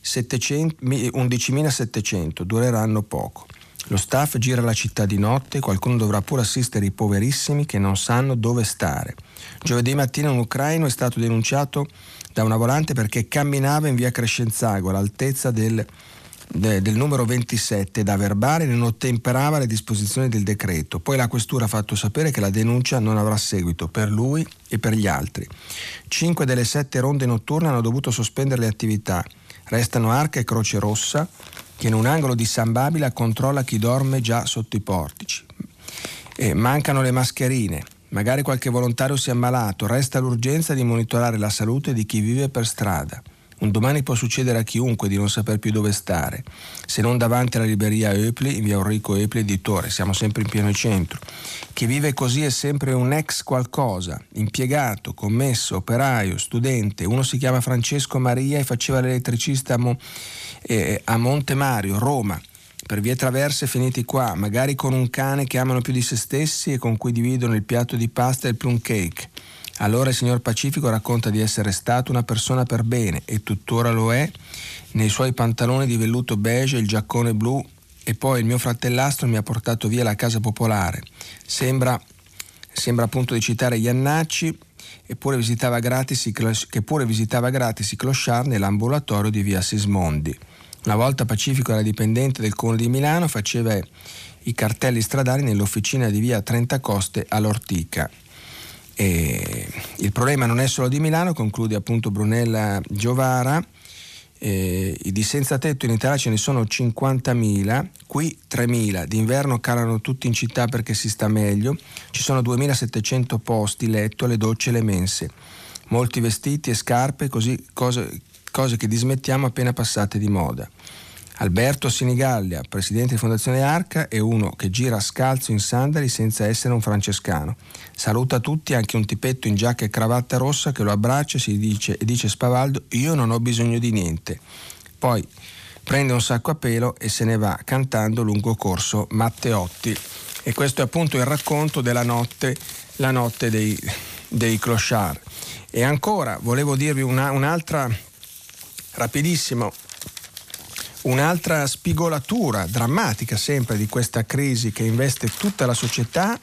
11.700, dureranno poco. Lo staff gira la città di notte, qualcuno dovrà pure assistere i poverissimi che non sanno dove stare. Giovedì mattina un ucraino è stato denunciato da una volante perché camminava in via Crescenzago all'altezza del numero 27 da verbale e non ottemperava alle disposizioni del decreto. Poi la questura ha fatto sapere che la denuncia non avrà seguito per lui e per gli altri. 5 delle 7 ronde notturne hanno dovuto sospendere le attività. Restano Arca e Croce Rossa, che in un angolo di San Babila controlla chi dorme già sotto i portici. Mancano le mascherine, magari qualche volontario si è ammalato, resta l'urgenza di monitorare la salute di chi vive per strada. Un domani può succedere a chiunque di non saper più dove stare, se non davanti alla libreria Eupli, in via Enrico Eupli editore, siamo sempre in pieno centro. Chi vive così è sempre un ex qualcosa, impiegato, commesso, operaio, studente. Uno si chiama Francesco Maria e faceva l'elettricista a Monte Mario, Roma. Per vie traverse finiti qua, magari con un cane che amano più di se stessi e con cui dividono il piatto di pasta e il plum cake. Allora il signor Pacifico racconta di essere stato una persona per bene e tuttora lo è, nei suoi pantaloni di velluto beige e il giaccone blu, e poi il mio fratellastro mi ha portato via la casa popolare. Sembra appunto di citare Iannacci, che pure visitava gratis i clochard nell'ambulatorio di via Sismondi. Una volta Pacifico era dipendente del Comune di Milano, faceva i cartelli stradali nell'officina di via Trentacoste all'Ortica. E il problema non è solo di Milano, conclude appunto Brunella Giovara. Di senza tetto in Italia ce ne sono 50.000, qui 3.000, d'inverno calano tutti in città perché si sta meglio, ci sono 2.700 posti letto, le docce e le mense, molti vestiti e scarpe, così cose che dismettiamo appena passate di moda. Alberto Sinigallia, presidente di Fondazione Arca, è uno che gira scalzo in sandali senza essere un francescano. Saluta tutti, anche un tipetto in giacca e cravatta rossa che lo abbraccia e dice spavaldo: io non ho bisogno di niente. Poi prende un sacco a pelo e se ne va cantando lungo corso Matteotti. E questo è appunto il racconto della notte, la notte dei clochard. E ancora volevo dirvi un'altra, rapidissimo, un'altra spigolatura drammatica sempre di questa crisi che investe tutta la società.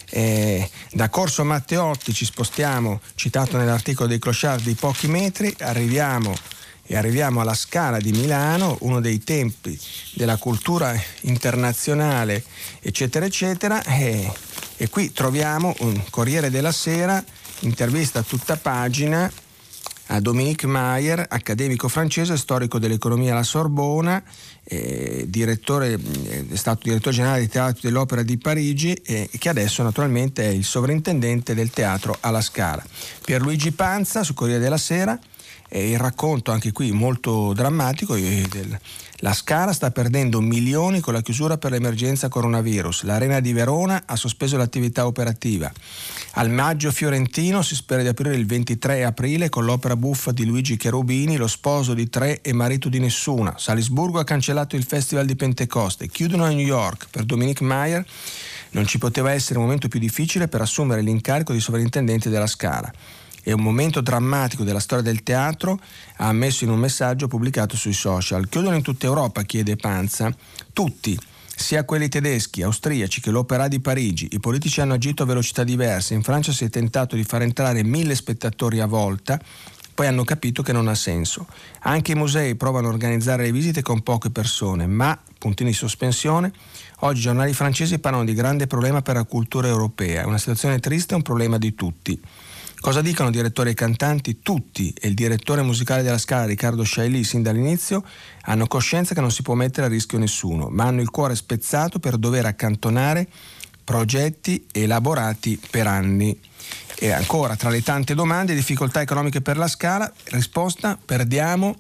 Da Corso Matteotti ci spostiamo, citato nell'articolo dei clochard, di pochi metri, arriviamo alla Scala di Milano, uno dei templi della cultura internazionale, eccetera eccetera, e qui troviamo un Corriere della Sera, intervista a tutta pagina a Dominique Mayer, accademico francese, storico dell'economia alla Sorbona, è stato direttore generale del Teatro dell'Opera di Parigi e che adesso naturalmente è il sovrintendente del teatro alla Scala. Pierluigi Panza su Corriere della Sera, il racconto anche qui molto drammatico. La Scala sta perdendo milioni con la chiusura per l'emergenza coronavirus. L'Arena di Verona ha sospeso l'attività operativa. Al Maggio fiorentino si spera di aprire il 23 aprile con l'opera buffa di Luigi Cherubini, Lo sposo di tre e marito di nessuna. Salisburgo ha cancellato il Festival di Pentecoste. Chiudono a New York. Per Dominique Mayer non ci poteva essere un momento più difficile per assumere l'incarico di sovrintendente della Scala. È un momento drammatico della storia del teatro, ha ammesso in un messaggio pubblicato sui social. Chiudono in tutta Europa, chiede Panza, tutti, sia quelli tedeschi, austriaci che l'Opera di Parigi. I politici hanno agito a velocità diverse. In Francia si è tentato di far entrare 1000 spettatori a volta, poi hanno capito che non ha senso. Anche i musei provano a organizzare le visite con poche persone, ma, puntini di sospensione, oggi i giornali francesi parlano di grande problema per la cultura europea. È una situazione triste, è un problema di tutti. Cosa dicono direttori e cantanti? Tutti, e il direttore musicale della Scala, Riccardo Sciailly, sin dall'inizio, hanno coscienza che non si può mettere a rischio nessuno, ma hanno il cuore spezzato per dover accantonare progetti elaborati per anni. E ancora, tra le tante domande, difficoltà economiche per la Scala, risposta: perdiamo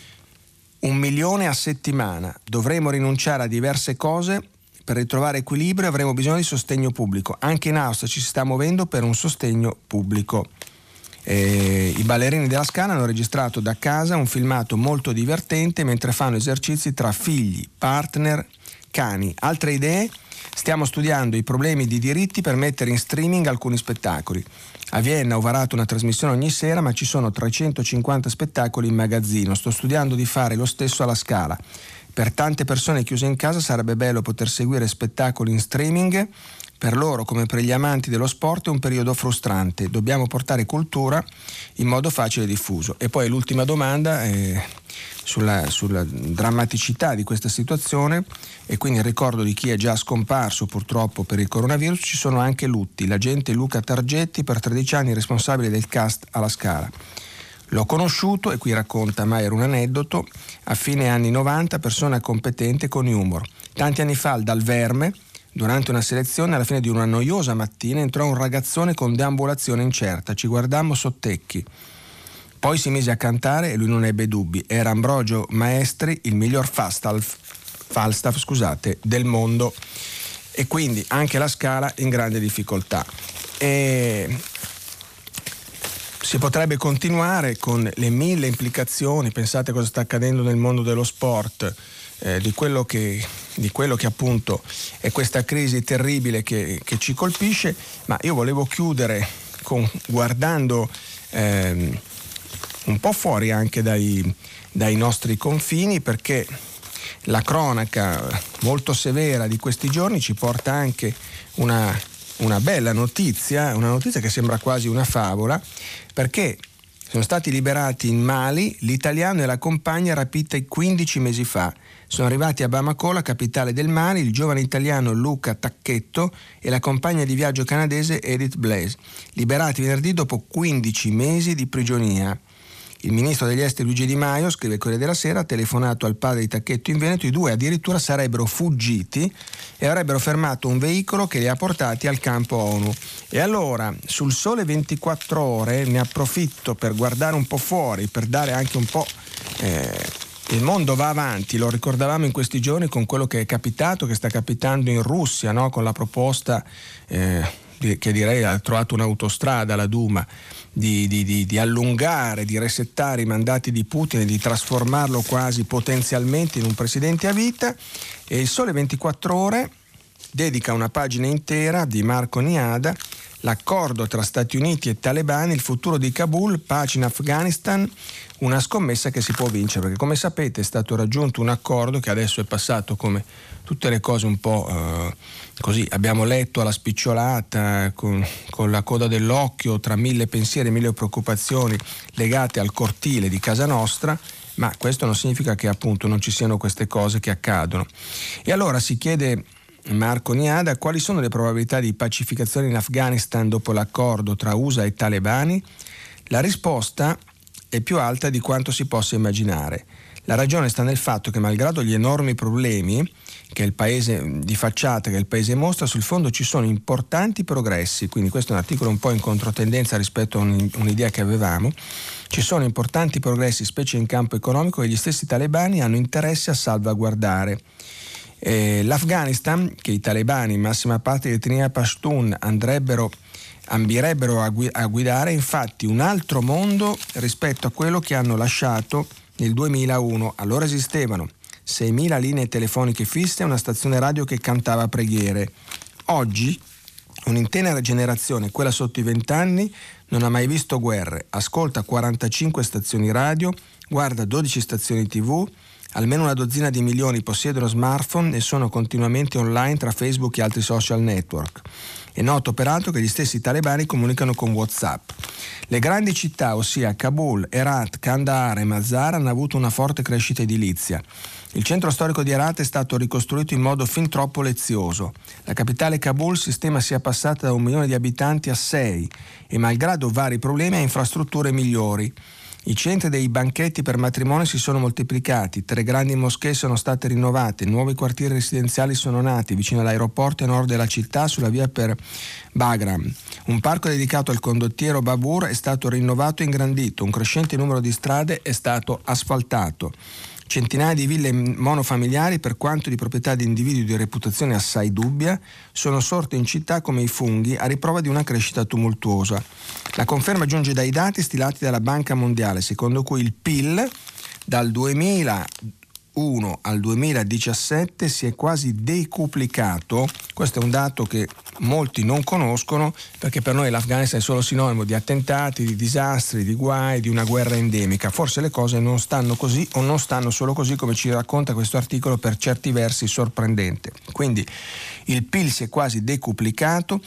1 milione a settimana, dovremo rinunciare a diverse cose. Per ritrovare equilibrio avremo bisogno di sostegno pubblico. Anche in Austria ci si sta muovendo per un sostegno pubblico. I ballerini della Scala hanno registrato da casa un filmato molto divertente mentre fanno esercizi tra figli, partner, cani. Altre idee? Stiamo studiando i problemi di diritti per mettere in streaming alcuni spettacoli. A Vienna ho varato una trasmissione ogni sera, ma ci sono 350 spettacoli in magazzino. Sto studiando di fare lo stesso alla Scala. Per tante persone chiuse in casa sarebbe bello poter seguire spettacoli in streaming. Per loro, come per gli amanti dello sport, è un periodo frustrante. Dobbiamo portare cultura in modo facile e diffuso. E poi l'ultima domanda sulla drammaticità di questa situazione, e quindi il ricordo di chi è già scomparso purtroppo per il coronavirus. Ci sono anche lutti. L'agente Luca Targetti, per 13 anni responsabile del cast alla Scala. L'ho conosciuto, e qui racconta Mayer un aneddoto, a fine anni 90, persona competente con humor. Tanti anni fa, dal Verme, durante una selezione, alla fine di una noiosa mattina, entrò un ragazzone con deambulazione incerta. Ci guardammo sottecchi. Poi si mise a cantare e lui non ebbe dubbi. Era Ambrogio Maestri, il miglior Falstaff, del mondo. E quindi anche la Scala in grande difficoltà. Si potrebbe continuare con le 1000 implicazioni. Pensate cosa sta accadendo nel mondo dello sport, di quello che appunto è questa crisi terribile che ci colpisce. Ma io volevo chiudere guardando un po' fuori anche dai nostri confini, perché la cronaca molto severa di questi giorni ci porta anche una bella notizia, una notizia che sembra quasi una favola, perché sono stati liberati in Mali l'italiano e la compagna rapiti 15 mesi fa. Sono arrivati a Bamako, la capitale del Mali, il giovane italiano Luca Tacchetto e la compagna di viaggio canadese Edith Blaise, liberati venerdì dopo 15 mesi di prigionia. Il ministro degli esteri Luigi Di Maio, scrive Corriere della Sera, ha telefonato al padre di Tacchetto in Veneto. I due addirittura sarebbero fuggiti e avrebbero fermato un veicolo che li ha portati al campo ONU. E allora, sul Sole 24 Ore, ne approfitto per guardare un po' fuori, per dare anche un po'... il mondo va avanti, lo ricordavamo in questi giorni con quello che è capitato, che sta capitando in Russia, no? Con la proposta... che direi ha trovato un'autostrada, la Duma, di allungare, di resettare i mandati di Putin e di trasformarlo quasi potenzialmente in un presidente a vita. E il Sole 24 Ore dedica una pagina intera di Marco Niada, l'accordo tra Stati Uniti e talebani, il futuro di Kabul, pace in Afghanistan, una scommessa che si può vincere, perché come sapete è stato raggiunto un accordo che adesso è passato come tutte le cose un po' così, abbiamo letto alla spicciolata, con la coda dell'occhio, tra 1000 pensieri e 1000 preoccupazioni legate al cortile di casa nostra, ma questo non significa che appunto non ci siano queste cose che accadono. E allora si chiede Marco Niada quali sono le probabilità di pacificazione in Afghanistan dopo l'accordo tra USA e talebani. La risposta è più alta di quanto si possa immaginare. La ragione sta nel fatto che, malgrado gli enormi problemi che il paese di facciata che il paese mostra, sul fondo ci sono importanti progressi. Quindi questo è un articolo un po' in controtendenza rispetto a un'idea che avevamo. Ci sono importanti progressi, specie in campo economico, che gli stessi talebani hanno interesse a salvaguardare. L'Afghanistan, che i talebani, in massima parte di etnia Pashtun, ambirebbero a guidare, è infatti un altro mondo rispetto a quello che hanno lasciato nel 2001. Allora esistevano 6.000 linee telefoniche fisse e una stazione radio che cantava preghiere. Oggi un'intera generazione, quella sotto i 20 anni, non ha mai visto guerre, ascolta 45 stazioni radio, guarda 12 stazioni TV, almeno una dozzina di milioni possiedono smartphone e sono continuamente online tra Facebook e altri social network. È noto peraltro che gli stessi talebani comunicano con WhatsApp. Le grandi città, ossia Kabul, Herat, Kandahar e Mazar, hanno avuto una forte crescita edilizia. Il centro storico di Herat è stato ricostruito in modo fin troppo lezioso. La capitale Kabul si stima sia passata da 1 milione di abitanti a 6 e, malgrado vari problemi, ha infrastrutture migliori. I centri dei banchetti per matrimoni si sono moltiplicati, 3 grandi moschee sono state rinnovate, nuovi quartieri residenziali sono nati vicino all'aeroporto a nord della città sulla via per Bagram. Un parco dedicato al condottiero Babur è stato rinnovato e ingrandito, un crescente numero di strade è stato asfaltato. Centinaia di ville monofamiliari, per quanto di proprietà di individui di reputazione assai dubbia, sono sorte in città come i funghi, a riprova di una crescita tumultuosa. La conferma giunge dai dati stilati dalla Banca Mondiale, secondo cui il PIL dal 2001 al 2017 si è quasi decuplicato. Questo è un dato che molti non conoscono, perché per noi l'Afghanistan è solo sinonimo di attentati, di disastri, di guai, di una guerra endemica. Forse le cose non stanno così, o non stanno solo così come ci racconta questo articolo, per certi versi sorprendente. Quindi il PIL si è quasi decuplicato,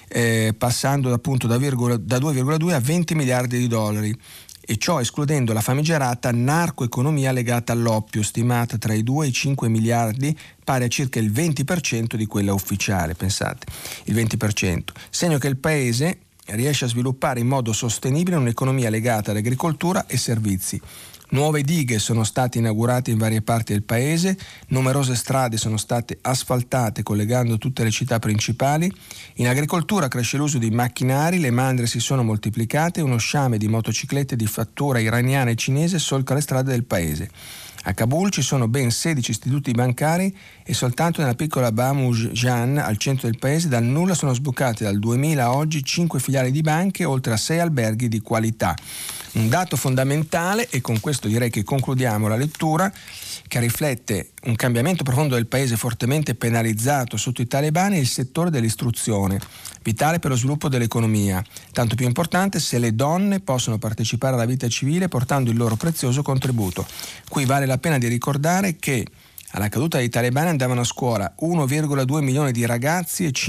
passando appunto da 2,2 a 20 miliardi di dollari. E ciò escludendo la famigerata narcoeconomia legata all'oppio, stimata tra i 2 e i 5 miliardi, pari a circa il 20% di quella ufficiale, pensate, il 20%, segno che il paese riesce a sviluppare in modo sostenibile un'economia legata all'agricoltura e servizi. Nuove dighe sono state inaugurate in varie parti del paese, numerose strade sono state asfaltate collegando tutte le città principali, in agricoltura cresce l'uso di macchinari, le mandrie si sono moltiplicate, uno sciame di motociclette di fattura iraniana e cinese solca le strade del paese. A Kabul ci sono ben 16 istituti bancari e soltanto nella piccola Bamujan, al centro del paese, dal nulla sono sbucate dal 2000 a oggi 5 filiali di banche, oltre a 6 alberghi di qualità. Un dato fondamentale, e con questo direi che concludiamo la lettura, che riflette un cambiamento profondo del paese fortemente penalizzato sotto i talebani, è il settore dell'istruzione, vitale per lo sviluppo dell'economia, tanto più importante se le donne possono partecipare alla vita civile portando il loro prezioso contributo. Qui vale la pena di ricordare che alla caduta dei talebani andavano a scuola 1,2 milioni di ragazzi e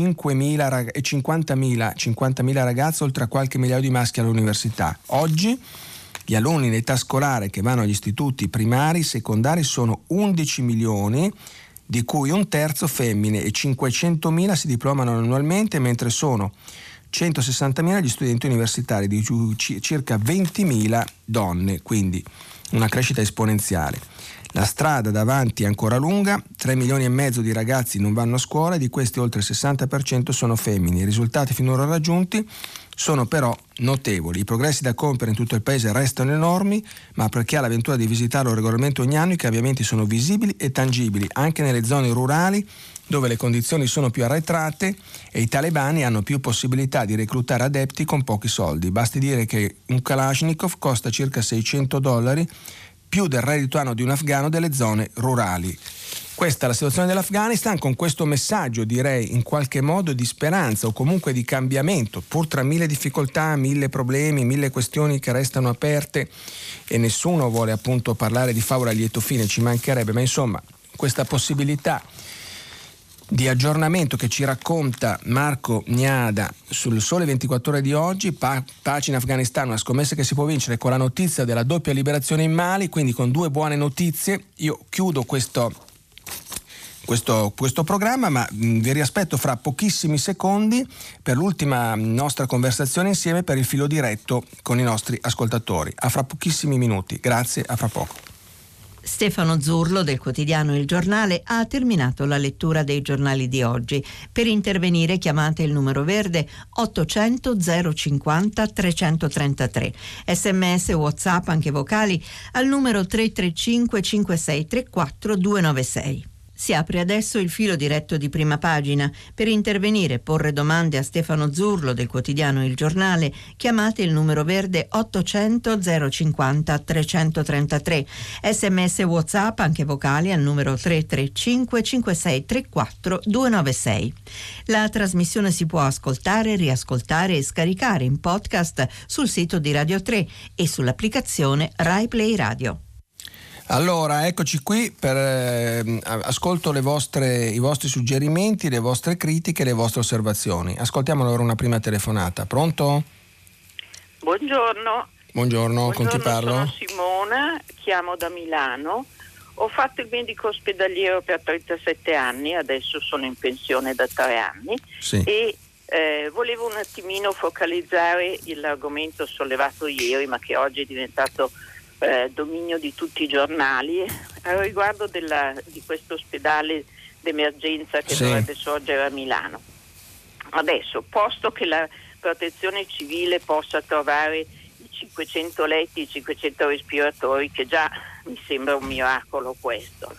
50.000 ragazze, oltre a qualche migliaio di maschi all'università. Oggi gli alunni in età scolare che vanno agli istituti primari, secondari sono 11 milioni, di cui un terzo femmine, e 500.000 si diplomano annualmente, mentre sono 160.000 gli studenti universitari, di cui circa 20.000 donne, quindi una crescita esponenziale. La strada davanti è ancora lunga, 3 milioni e mezzo di ragazzi non vanno a scuola e di questi oltre il 60% sono femmine. I risultati finora raggiunti sono però notevoli. I progressi da compiere in tutto il paese restano enormi, ma per chi ha l'avventura di visitarlo regolarmente ogni anno i cambiamenti sono visibili e tangibili, anche nelle zone rurali dove le condizioni sono più arretrate e i talebani hanno più possibilità di reclutare adepti con pochi soldi. Basti dire che un Kalashnikov costa circa $600, più del reddito annuo di un afghano delle zone rurali. Questa è la situazione dell'Afghanistan, con questo messaggio, direi, in qualche modo di speranza o comunque di cambiamento, pur tra 1000 difficoltà, 1000 problemi, 1000 questioni che restano aperte, e nessuno vuole appunto parlare di favola a lieto fine, ci mancherebbe, ma insomma questa possibilità di aggiornamento che ci racconta Marco Gnada sul Sole 24 Ore di oggi, pace in Afghanistan, una scommessa che si può vincere, con la notizia della doppia liberazione in Mali, quindi con 2 buone notizie. Io chiudo questo questo programma, ma vi riaspetto fra pochissimi secondi per l'ultima nostra conversazione insieme per il filo diretto con i nostri ascoltatori. A fra pochissimi minuti. Grazie, a fra poco. Stefano Zurlo del quotidiano Il Giornale ha terminato la lettura dei giornali di oggi. Per intervenire chiamate il numero verde 800 050 333. SMS, WhatsApp anche vocali al numero 335 5634 296. Si apre adesso il filo diretto di Prima Pagina. Per intervenire e porre domande a Stefano Zurlo del quotidiano Il Giornale, chiamate il numero verde 800 050 333. SMS WhatsApp anche vocali al numero 335 5634 296. La trasmissione si può ascoltare, riascoltare e scaricare in podcast sul sito di Radio 3 e sull'applicazione Rai Play Radio. Allora, eccoci qui ascolto i vostri suggerimenti, le vostre critiche, le vostre osservazioni. Ascoltiamo allora una prima telefonata. Pronto? Buongiorno, con chi parlo? Sono Simona, chiamo da Milano. Ho fatto il medico ospedaliero per 37 anni, adesso sono in pensione da 3 anni. Sì. E volevo un attimino focalizzare l'argomento sollevato ieri, ma che oggi è diventato dominio di tutti i giornali, riguardo di questo ospedale d'emergenza che dovrebbe sorgere a Milano. Adesso, posto che la protezione civile possa trovare i 500 letti, i 500 respiratori, che già mi sembra un miracolo questo,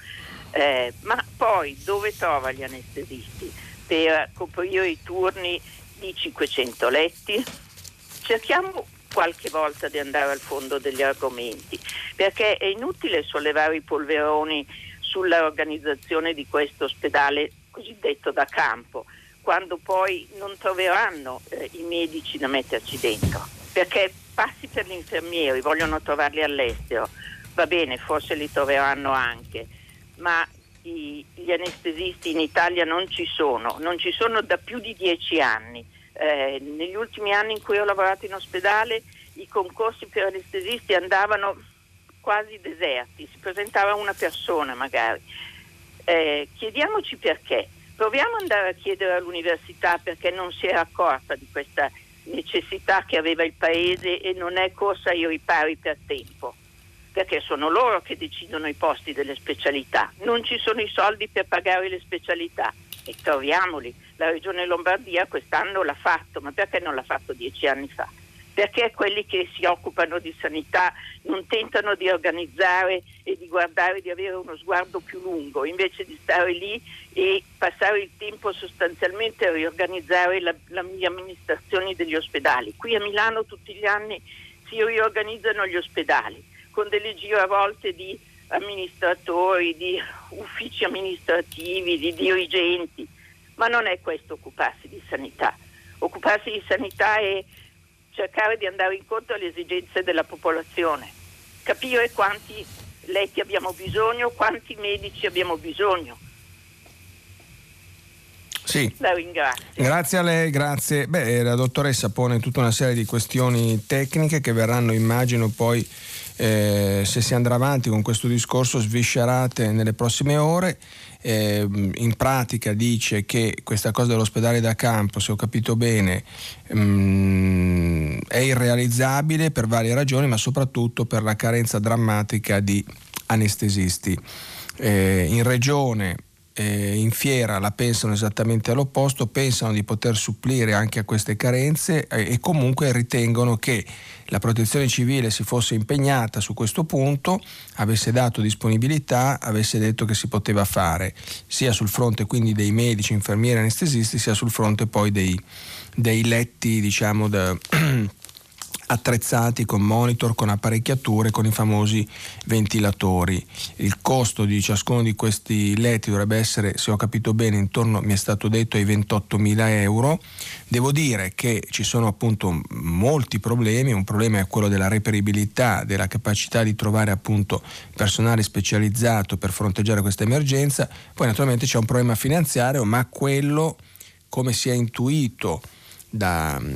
ma poi dove trova gli anestesisti per coprire i turni di 500 letti? Cerchiamo qualche volta di andare al fondo degli argomenti, perché è inutile sollevare i polveroni sull'organizzazione di questo ospedale cosiddetto da campo, quando poi non troveranno i medici da metterci dentro, perché passi per gli infermieri, vogliono trovarli all'estero, va bene, forse li troveranno anche, ma gli anestesisti in Italia non ci sono da più di 10 anni. Negli ultimi anni in cui ho lavorato in ospedale i concorsi per anestesisti andavano quasi deserti, si presentava una persona magari. Chiediamoci perché, proviamo ad andare a chiedere all'università perché non si era accorta di questa necessità che aveva il paese e non è corsa ai ripari per tempo, perché sono loro che decidono i posti delle specialità, non ci sono i soldi per pagare le specialità e troviamoli. La Regione Lombardia quest'anno l'ha fatto, ma perché non l'ha fatto 10 anni fa? Perché quelli che si occupano di sanità non tentano di organizzare e di guardare, di avere uno sguardo più lungo, invece di stare lì e passare il tempo sostanzialmente a riorganizzare la mia amministrazione degli ospedali. Qui a Milano tutti gli anni si riorganizzano gli ospedali con delle giravolte di amministratori, di uffici amministrativi, di dirigenti. Ma non è questo occuparsi di sanità. Occuparsi di sanità è cercare di andare incontro alle esigenze della popolazione, capire quanti letti abbiamo bisogno, quanti medici abbiamo bisogno. Sì. La ringrazio. Grazie a lei, grazie. La dottoressa pone tutta una serie di questioni tecniche che verranno, immagino, poi se si andrà avanti con questo discorso, sviscerate nelle prossime ore. In pratica dice che questa cosa dell'ospedale da campo, se ho capito bene, è irrealizzabile per varie ragioni, ma soprattutto per la carenza drammatica di anestesisti. In regione, in fiera la pensano esattamente all'opposto, pensano di poter supplire anche a queste carenze e comunque ritengono che la protezione civile si fosse impegnata su questo punto, avesse dato disponibilità, avesse detto che si poteva fare, sia sul fronte quindi dei medici, infermieri, anestesisti, sia sul fronte poi dei letti, diciamo, attrezzati con monitor, con apparecchiature, con i famosi ventilatori. Il costo di ciascuno di questi letti dovrebbe essere, se ho capito bene, intorno, mi è stato detto, ai 28.000 euro. Devo dire che ci sono appunto molti problemi. Un problema è quello della reperibilità, della capacità di trovare appunto personale specializzato per fronteggiare questa emergenza. Poi naturalmente c'è un problema finanziario, ma quello, come si è intuito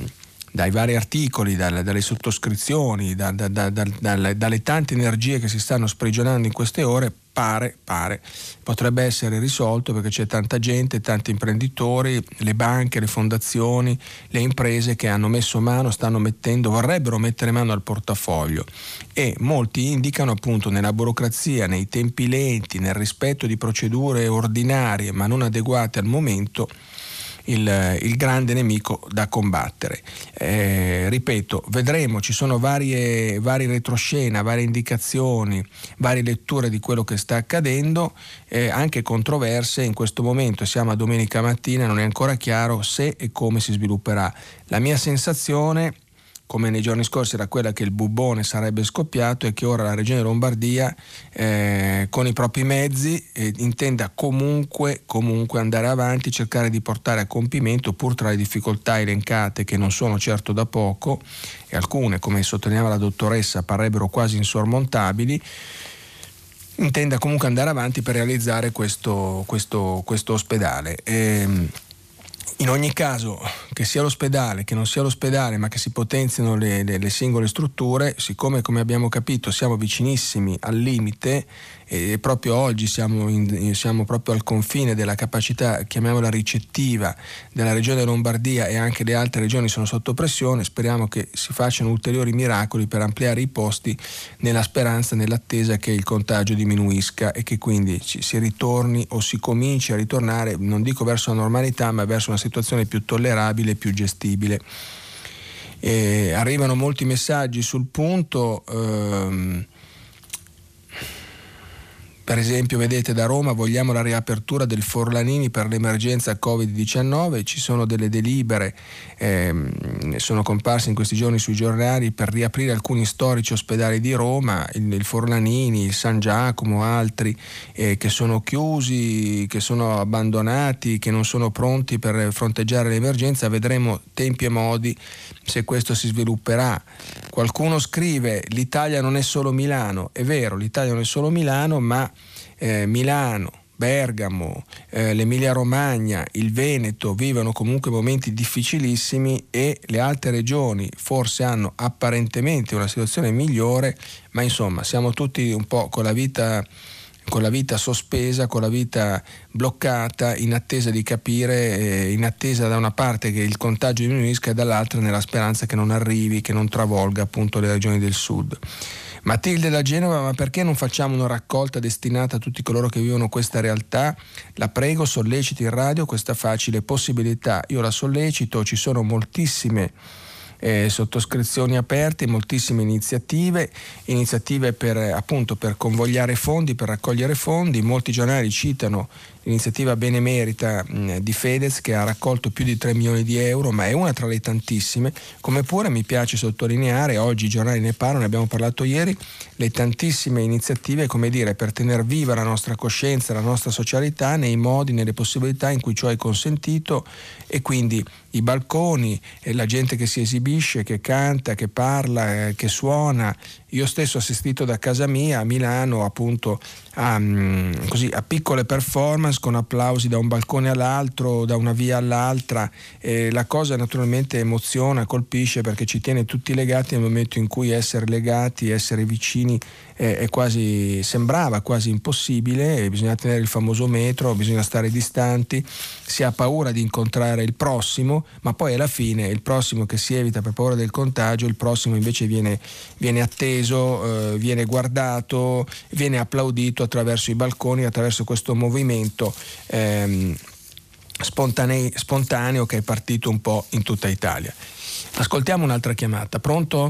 dai vari articoli, dalle sottoscrizioni, dalle tante energie che si stanno sprigionando in queste ore, pare potrebbe essere risolto, perché c'è tanta gente, tanti imprenditori, le banche, le fondazioni, le imprese che hanno messo mano, vorrebbero mettere mano al portafoglio, e molti indicano appunto nella burocrazia, nei tempi lenti, nel rispetto di procedure ordinarie ma non adeguate al momento, il grande nemico da combattere. Ripeto, vedremo, ci sono vari retroscena, varie indicazioni, varie letture di quello che sta accadendo, anche controverse in questo momento. Siamo a domenica mattina, non è ancora chiaro se e come si svilupperà. La mia sensazione, come nei giorni scorsi, era quella che il bubbone sarebbe scoppiato e che ora la Regione Lombardia, con i propri mezzi, intenda comunque andare avanti, cercare di portare a compimento, pur tra le difficoltà elencate, che non sono certo da poco, e alcune, come sottolineava la dottoressa, parrebbero quasi insormontabili, intenda comunque andare avanti per realizzare questo ospedale. In ogni caso, che sia l'ospedale, che non sia l'ospedale, ma che si potenzino le singole strutture, siccome, come abbiamo capito, siamo vicinissimi al limite, e proprio oggi siamo proprio al confine della capacità, chiamiamola ricettiva, della Regione Lombardia, e anche le altre regioni sono sotto pressione. Speriamo che si facciano ulteriori miracoli per ampliare i posti, nella speranza, nell'attesa che il contagio diminuisca e che quindi si ritorni, o si cominci a ritornare, non dico verso la normalità, ma verso una situazione più tollerabile e più gestibile. Arrivano molti messaggi sul punto. Per esempio, vedete, da Roma: vogliamo la riapertura del Forlanini per l'emergenza Covid-19. Ci sono delle delibere, sono comparse in questi giorni sui giornali, per riaprire alcuni storici ospedali di Roma, il Forlanini, il San Giacomo, altri che sono chiusi, che sono abbandonati, che non sono pronti per fronteggiare l'emergenza. Vedremo tempi e modi se questo si svilupperà. Qualcuno scrive: l'Italia non è solo Milano. È vero, l'Italia non è solo Milano, ma Milano, Bergamo, l'Emilia Romagna, il Veneto vivono comunque momenti difficilissimi, e le altre regioni forse hanno apparentemente una situazione migliore, ma insomma siamo tutti un po' con la vita sospesa, con la vita bloccata, in attesa di capire, in attesa da una parte che il contagio diminuisca e dall'altra nella speranza che non arrivi, che non travolga appunto le regioni del sud. Matilde da Genova: ma perché non facciamo una raccolta destinata a tutti coloro che vivono questa realtà? La prego, solleciti in radio questa facile possibilità. Io la sollecito, ci sono moltissime sottoscrizioni aperte, moltissime iniziative per convogliare fondi, per raccogliere fondi. Molti giornali citano l'iniziativa benemerita di Fedez, che ha raccolto più di 3 milioni di euro, ma è una tra le tantissime. Come pure mi piace sottolineare, oggi i giornali ne parlano, ne abbiamo parlato ieri, le tantissime iniziative, come dire, per tener viva la nostra coscienza, la nostra socialità, nei modi, nelle possibilità in cui ciò è consentito, e quindi i balconi, e la gente che si esibisce, che canta, che parla, che suona. Io stesso ho assistito da casa mia a Milano appunto a piccole performance con applausi da un balcone all'altro, da una via all'altra. La cosa naturalmente emoziona, colpisce, perché ci tiene tutti legati nel momento in cui essere legati, essere vicini sembrava quasi impossibile. Bisogna tenere il famoso metro, bisogna stare distanti, si ha paura di incontrare il prossimo, ma poi alla fine il prossimo che si evita per paura del contagio, il prossimo invece viene atteso, viene guardato, viene applaudito attraverso i balconi, attraverso questo movimento spontaneo che è partito un po' in tutta Italia. Ascoltiamo un'altra chiamata. Pronto?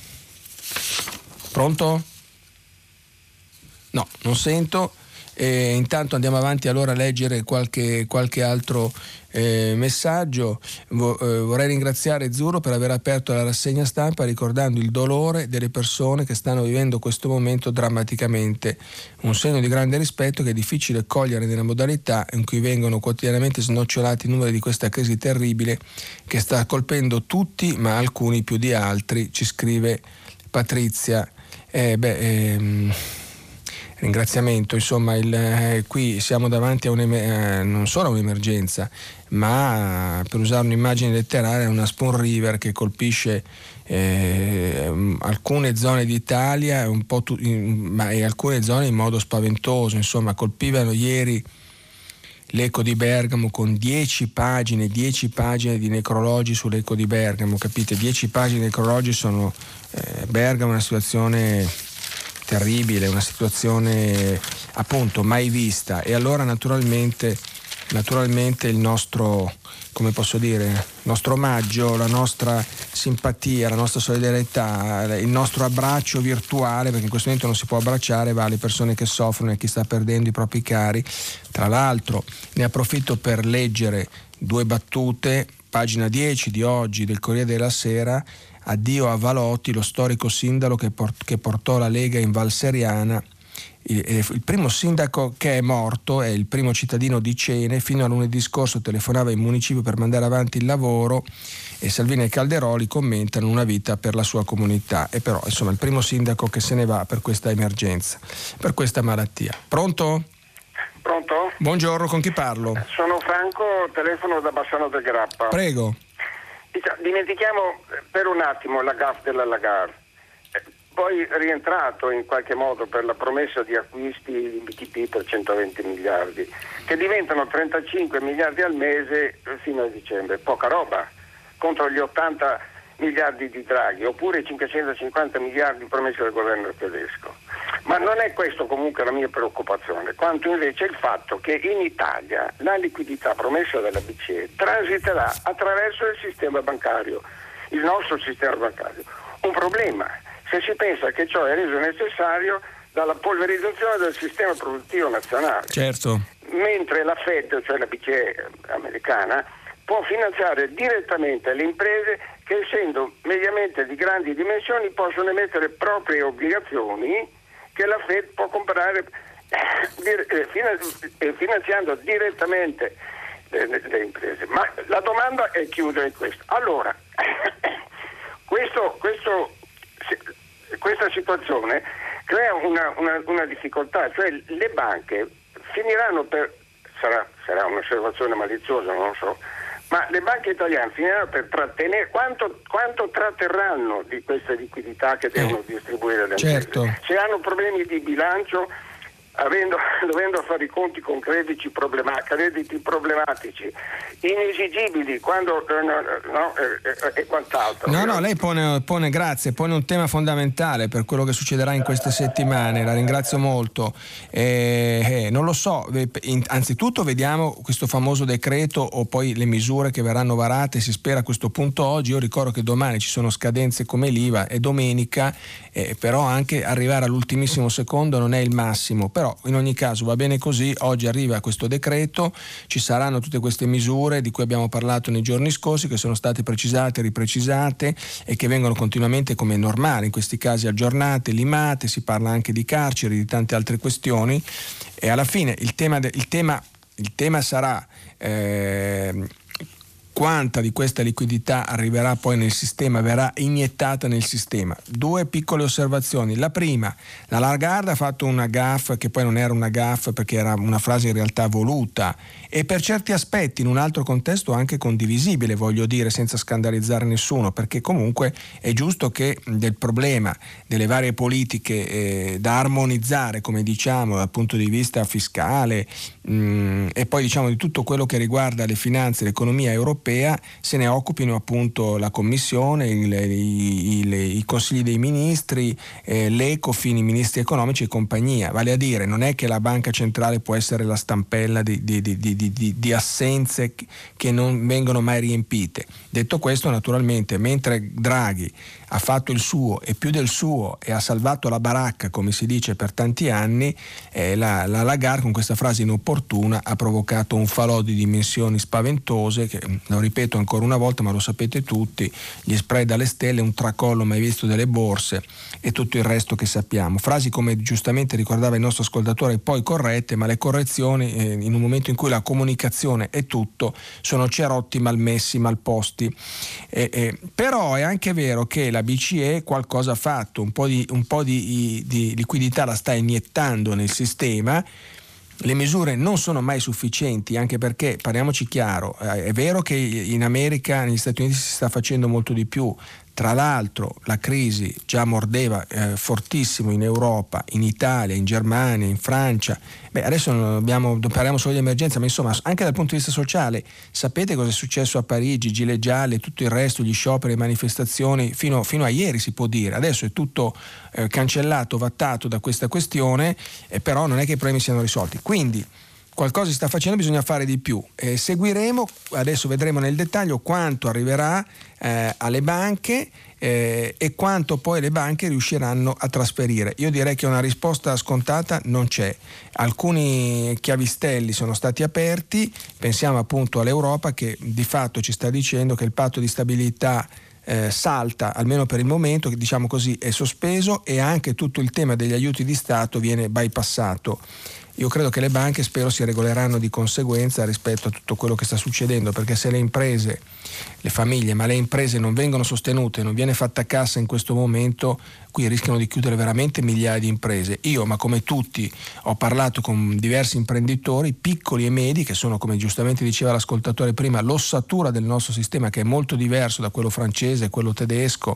Pronto? No, non sento. Intanto andiamo avanti allora a leggere qualche altro messaggio. Vorrei ringraziare Zuro per aver aperto la rassegna stampa ricordando il dolore delle persone che stanno vivendo questo momento drammaticamente. Un segno di grande rispetto che è difficile cogliere nella modalità in cui vengono quotidianamente snocciolati i numeri di questa crisi terribile che sta colpendo tutti, ma alcuni più di altri, ci scrive Patrizia. ringraziamento. Insomma, qui siamo davanti a non solo a un'emergenza, ma, per usare un'immagine letteraria, una Spoon River che colpisce alcune zone d'Italia e alcune zone in modo spaventoso. Insomma, colpivano ieri l'Eco di Bergamo con 10 pagine di necrologi sull'Eco di Bergamo, capite? 10 pagine di necrologi sono Bergamo è una situazione terribile, una situazione appunto mai vista, e allora naturalmente il nostro, come posso dire, il nostro omaggio, la nostra simpatia, la nostra solidarietà, il nostro abbraccio virtuale, perché in questo momento non si può abbracciare, va alle persone che soffrono e a chi sta perdendo i propri cari. Tra l'altro ne approfitto per leggere 2 battute, pagina 10 di oggi del Corriere della Sera: addio a Valotti, lo storico sindaco che portò la Lega in Val Seriana. Il primo sindaco che è morto è il primo cittadino di Cene. Fino a lunedì scorso telefonava in municipio per mandare avanti il lavoro, e Salvini e Calderoli commentano una vita per la sua comunità. E però, insomma, il primo sindaco che se ne va per questa emergenza, per questa malattia. Pronto? Pronto? Buongiorno, con chi parlo? Sono Franco, telefono da Bassano del Grappa. Prego. Dimentichiamo per un attimo la gaffe della Lagarde. Poi rientrato in qualche modo per la promessa di acquisti di BTP per 120 miliardi, che diventano 35 miliardi al mese fino a dicembre. Poca roba, contro gli 80 miliardi di Draghi, oppure i 550 miliardi promessi dal governo tedesco. Ma non è questo comunque la mia preoccupazione, quanto invece il fatto che in Italia la liquidità promessa dalla BCE transiterà attraverso il sistema bancario, il nostro sistema bancario. Un problema, se si pensa che ciò è reso necessario dalla polverizzazione del sistema produttivo nazionale. Certo. Mentre la Fed, cioè la BCE americana, può finanziare direttamente le imprese che, essendo mediamente di grandi dimensioni, possono emettere proprie obbligazioni che la Fed può comprare finanziando direttamente le imprese. Ma la domanda è chiusa in questo. Allora, questa situazione crea una difficoltà, cioè le banche finiranno sarà un'osservazione maliziosa, non lo so, ma le banche italiane finiranno per trattenere quanto tratterranno di questa liquidità che devono distribuire le imprese. Certo. Se hanno problemi di bilancio, dovendo fare i conti con crediti problematici, inesigibili e quant'altro. No, lei pone un tema fondamentale per quello che succederà in queste settimane. La ringrazio molto. Non lo so, anzitutto vediamo questo famoso decreto o poi le misure che verranno varate, si spera a questo punto oggi. Io ricordo che domani ci sono scadenze come l'IVA e domenica, però anche arrivare all'ultimissimo secondo non è il massimo, però in ogni caso va bene così. Oggi arriva questo decreto, ci saranno tutte queste misure di cui abbiamo parlato nei giorni scorsi, che sono state precisate, riprecisate e che vengono continuamente, come normale in questi casi, aggiornate, limate. Si parla anche di carceri, di tante altre questioni, e alla fine il tema sarà quanta di questa liquidità arriverà poi nel sistema, verrà iniettata nel sistema. 2 piccole osservazioni. La prima, la Lagarde ha fatto una gaffe che poi non era una gaffe, perché era una frase in realtà voluta e per certi aspetti in un altro contesto anche condivisibile, voglio dire, senza scandalizzare nessuno, perché comunque è giusto che del problema delle varie politiche da armonizzare, come diciamo, dal punto di vista fiscale e poi diciamo di tutto quello che riguarda le finanze e l'economia europea, se ne occupino appunto la Commissione, i Consigli dei Ministri, l'Ecofin, i ministri economici e compagnia. Vale a dire, non è che la Banca Centrale può essere la stampella di assenze che non vengono mai riempite. Detto questo, naturalmente, mentre Draghi ha fatto il suo e più del suo e ha salvato la baracca, come si dice, per tanti anni, la Lagarde con questa frase inopportuna ha provocato un falò di dimensioni spaventose che, lo ripeto ancora una volta, ma lo sapete tutti, gli spread alle stelle, un tracollo mai visto delle borse e tutto il resto che sappiamo. Frasi, come giustamente ricordava il nostro ascoltatore, poi corrette, ma le correzioni in un momento in cui la comunicazione è tutto, sono cerotti, malmessi, malposti. Però è anche vero che la la BCE qualcosa ha fatto, un po' di liquidità la sta iniettando nel sistema. Le misure non sono mai sufficienti, anche perché, parliamoci chiaro, è vero che in America, negli Stati Uniti si sta facendo molto di più. Tra l'altro la crisi già mordeva fortissimo in Europa, in Italia, in Germania, in Francia. Adesso parliamo solo di emergenza, ma insomma anche dal punto di vista sociale sapete cosa è successo a Parigi, gilet gialle, tutto il resto, gli scioperi, le manifestazioni, fino a ieri si può dire. Adesso è tutto cancellato, vattato da questa questione, però non è che i problemi siano risolti. Quindi qualcosa si sta facendo, bisogna fare di più. Seguiremo, adesso vedremo nel dettaglio quanto arriverà alle banche e quanto poi le banche riusciranno a trasferire. Io direi che una risposta scontata non c'è. Alcuni chiavistelli sono stati aperti, pensiamo appunto all'Europa che di fatto ci sta dicendo che il patto di stabilità salta, almeno per il momento, che diciamo così è sospeso, e anche tutto il tema degli aiuti di Stato viene bypassato. Io credo che le banche, spero, si regoleranno di conseguenza rispetto a tutto quello che sta succedendo, perché se le imprese, le famiglie, ma le imprese non vengono sostenute, non viene fatta cassa in questo momento, qui rischiano di chiudere veramente migliaia di imprese. Io, ma come tutti, ho parlato con diversi imprenditori, piccoli e medi, che sono, come giustamente diceva l'ascoltatore prima, l'ossatura del nostro sistema, che è molto diverso da quello francese, quello tedesco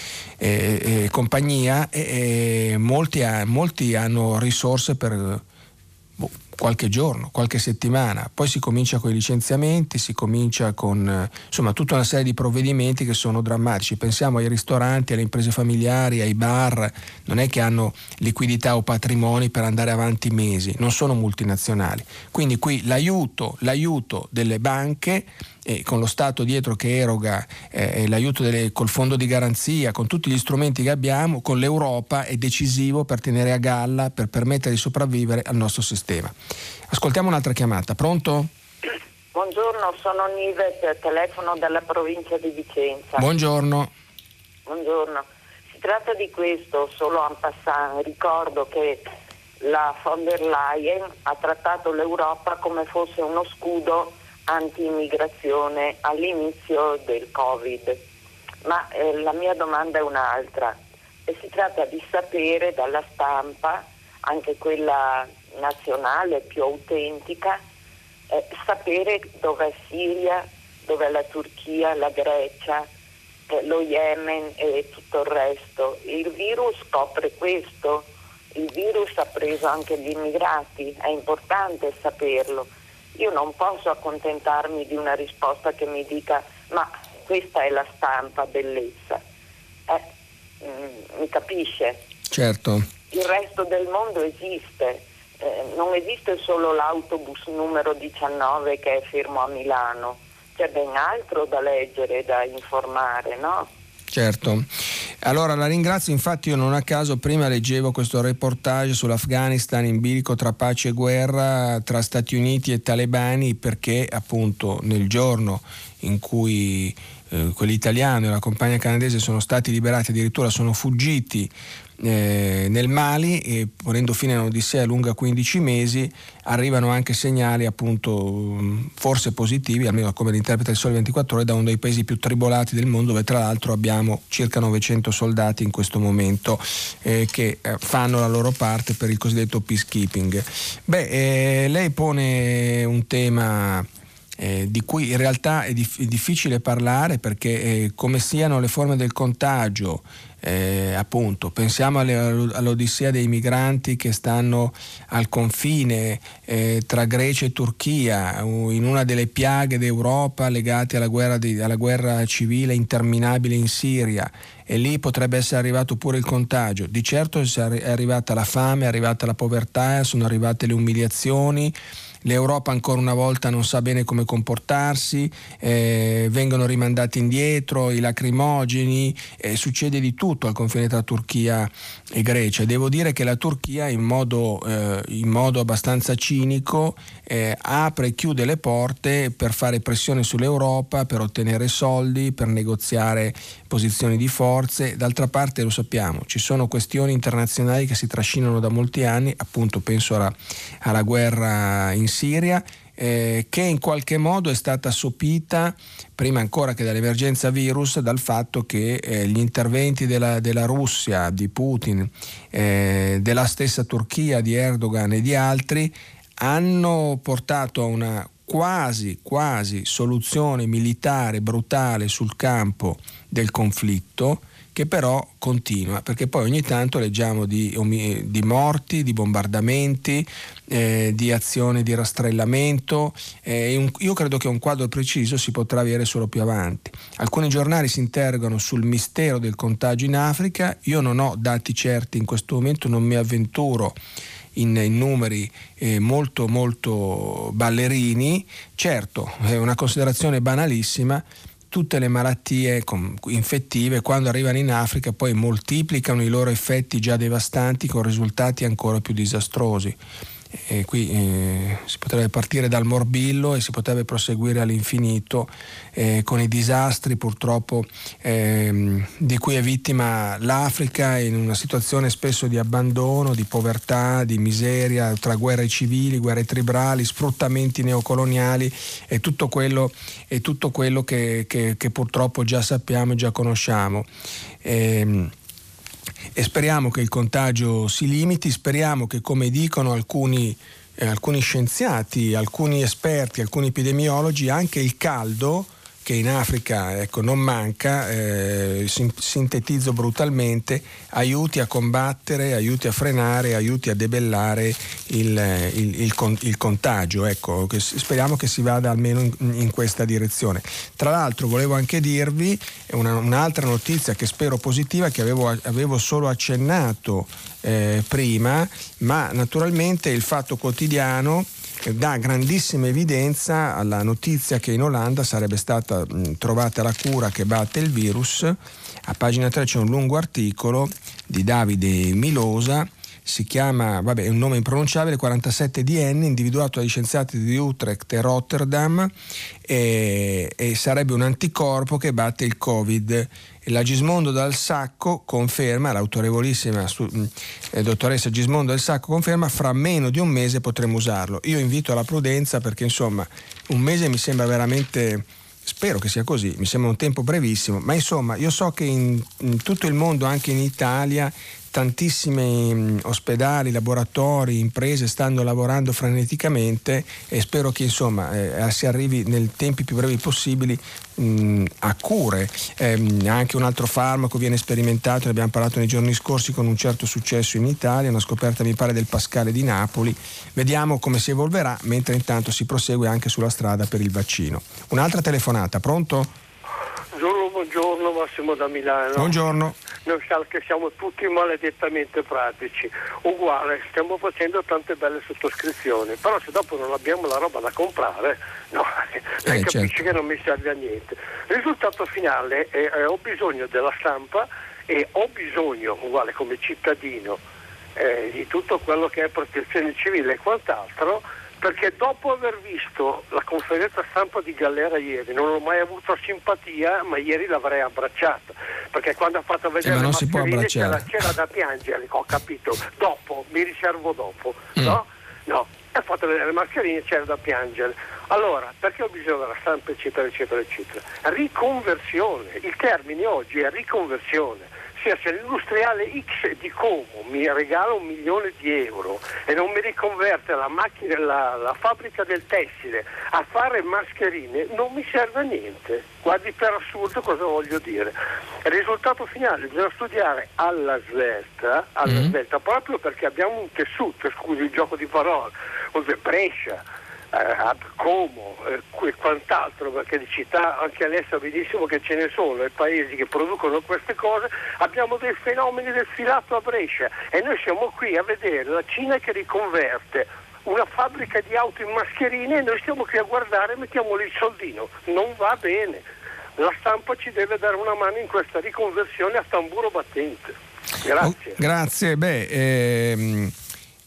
e compagnia, e molti hanno risorse per qualche giorno, qualche settimana, poi si comincia con i licenziamenti, si comincia con insomma tutta una serie di provvedimenti che sono drammatici. Pensiamo ai ristoranti, alle imprese familiari, ai bar, non è che hanno liquidità o patrimoni per andare avanti mesi, non sono multinazionali. Quindi qui l'aiuto delle banche, con lo Stato dietro che eroga l'aiuto col fondo di garanzia, con tutti gli strumenti che abbiamo, con l'Europa, è decisivo per tenere a galla, per permettere di sopravvivere al nostro sistema. Ascoltiamo un'altra chiamata. Pronto? Buongiorno, sono Nives, telefono dalla provincia di Vicenza. Buongiorno. Buongiorno. Si tratta di questo, solo en passant. Ricordo che la von der Leyen ha trattato l'Europa come fosse uno scudo anti-immigrazione all'inizio del Covid, ma la mia domanda è un'altra, e si tratta di sapere dalla stampa, anche quella nazionale più autentica, sapere dov'è Siria, dov'è la Turchia, la Grecia, lo Yemen e tutto il resto. Il virus copre questo, il virus ha preso anche gli immigrati, è importante saperlo. Io non posso accontentarmi di una risposta che mi dica ma questa è la stampa, bellezza. Mi capisce? Certo. Il resto del mondo esiste, non esiste solo l'autobus numero 19 che è fermo a Milano, c'è ben altro da leggere, da informare, no? Certo. Allora la ringrazio, infatti io non a caso prima leggevo questo reportage sull'Afghanistan in bilico tra pace e guerra tra Stati Uniti e talebani, perché appunto nel giorno in cui quell'italiano e la compagna canadese sono stati liberati, addirittura sono fuggiti nel Mali, e ponendo fine a un'odissea lunga 15 mesi, arrivano anche segnali appunto forse positivi, almeno come l'interpreta il Sole 24 Ore, da uno dei paesi più tribolati del mondo, dove tra l'altro abbiamo circa 900 soldati in questo momento che fanno la loro parte per il cosiddetto peacekeeping. Lei pone un tema di cui in realtà è difficile parlare, perché come siano le forme del contagio, appunto pensiamo all'odissea dei migranti che stanno al confine tra Grecia e Turchia, in una delle piaghe d'Europa legate alla guerra civile interminabile in Siria, e lì potrebbe essere arrivato pure il contagio. Di certo è arrivata la fame, è arrivata la povertà, sono arrivate le umiliazioni. L'Europa ancora una volta non sa bene come comportarsi, vengono rimandati indietro i lacrimogeni, succede di tutto al confine tra Turchia e Grecia. Devo dire che la Turchia in modo abbastanza cinico apre e chiude le porte per fare pressione sull'Europa, per ottenere soldi, per negoziare posizioni di forze. D'altra parte lo sappiamo, ci sono questioni internazionali che si trascinano da molti anni, appunto penso alla guerra in Siria, che in qualche modo è stata sopita, prima ancora che dall'emergenza virus, dal fatto che gli interventi della Russia, di Putin, della stessa Turchia, di Erdogan e di altri, hanno portato a una quasi soluzione militare brutale sul campo del conflitto, che però continua, perché poi ogni tanto leggiamo di morti, di bombardamenti, di azioni di rastrellamento. Io credo che un quadro preciso si potrà avere solo più avanti. Alcuni giornali si interrogano sul mistero del contagio in Africa. Io non ho dati certi in questo momento, non mi avventuro in numeri molto molto ballerini. Certo, è una considerazione banalissima: tutte le malattie infettive, quando arrivano in Africa, poi moltiplicano i loro effetti già devastanti con risultati ancora più disastrosi. Qui si potrebbe partire dal morbillo e si potrebbe proseguire all'infinito, con i disastri purtroppo di cui è vittima l'Africa, in una situazione spesso di abbandono, di povertà, di miseria, tra guerre civili, guerre tribali, sfruttamenti neocoloniali e tutto quello che purtroppo già sappiamo e già conosciamo. E speriamo che il contagio si limiti, speriamo che, come dicono alcuni scienziati, alcuni esperti, alcuni epidemiologi, anche il caldo, che in Africa non manca, sintetizzo brutalmente, aiuti a combattere, aiuti a frenare, aiuti a debellare il contagio. Che speriamo che si vada almeno in questa direzione. Tra l'altro volevo anche dirvi un'altra notizia che spero positiva, che avevo solo accennato prima, ma naturalmente il Fatto Quotidiano dà grandissima evidenza alla notizia che in Olanda sarebbe stata trovata la cura che batte il virus. A pagina 3 c'è un lungo articolo di Davide Milosa, si chiama, è un nome impronunciabile, 47enne, individuato dagli scienziati di Utrecht e Rotterdam, e sarebbe un anticorpo che batte il Covid. La Gismondo Dal Sacco conferma, l'autorevolissima dottoressa Gismondo Dal Sacco conferma: fra meno di un mese potremo usarlo. Io invito alla prudenza, perché insomma un mese mi sembra veramente, spero che sia così, mi sembra un tempo brevissimo, ma insomma io so che in tutto il mondo, anche in Italia, tantissimi ospedali, laboratori, imprese stanno lavorando freneticamente, e spero che insomma si arrivi nei tempi più brevi possibili a cure. Anche un altro farmaco viene sperimentato, ne abbiamo parlato nei giorni scorsi con un certo successo in Italia, una scoperta mi pare del Pascale di Napoli. Vediamo come si evolverà, mentre intanto si prosegue anche sulla strada per il vaccino. Un'altra telefonata, pronto? Buongiorno, Massimo da Milano. Buongiorno. Noi siamo tutti maledettamente pratici, uguale, stiamo facendo tante belle sottoscrizioni, però se dopo non abbiamo la roba da comprare, no, capisci certo che non mi serve a niente. Il risultato finale è ho bisogno della stampa e ho bisogno, uguale come cittadino, di tutto quello che è protezione civile e quant'altro, perché dopo aver visto la conferenza stampa di Gallera ieri non ho mai avuto simpatia, ma ieri l'avrei abbracciata, perché quando ha fatto vedere le mascherine c'era da piangere, ho capito, dopo, mi riservo dopo, no, ha fatto vedere le mascherine, c'era da piangere. Allora, perché ho bisogno della stampa, eccetera, eccetera, eccetera? Riconversione, il termine oggi è riconversione. Se l'industriale X di Como mi regala 1 milione di euro e non mi riconverte la macchina, la fabbrica del tessile a fare mascherine, non mi serve a niente. Guardi, per assurdo cosa voglio dire. Il risultato finale bisogna studiare alla svelta, proprio perché abbiamo un tessuto, scusi il gioco di parole, Brescia, Como e quant'altro, perché di città anche lei sa benissimo che ce ne sono, e paesi che producono queste cose. Abbiamo dei fenomeni del filato a Brescia e noi siamo qui a vedere la Cina che riconverte una fabbrica di auto in mascherine e noi stiamo qui a guardare e mettiamo lì il soldino. Non va bene, la stampa ci deve dare una mano in questa riconversione a tamburo battente. Grazie. Grazie.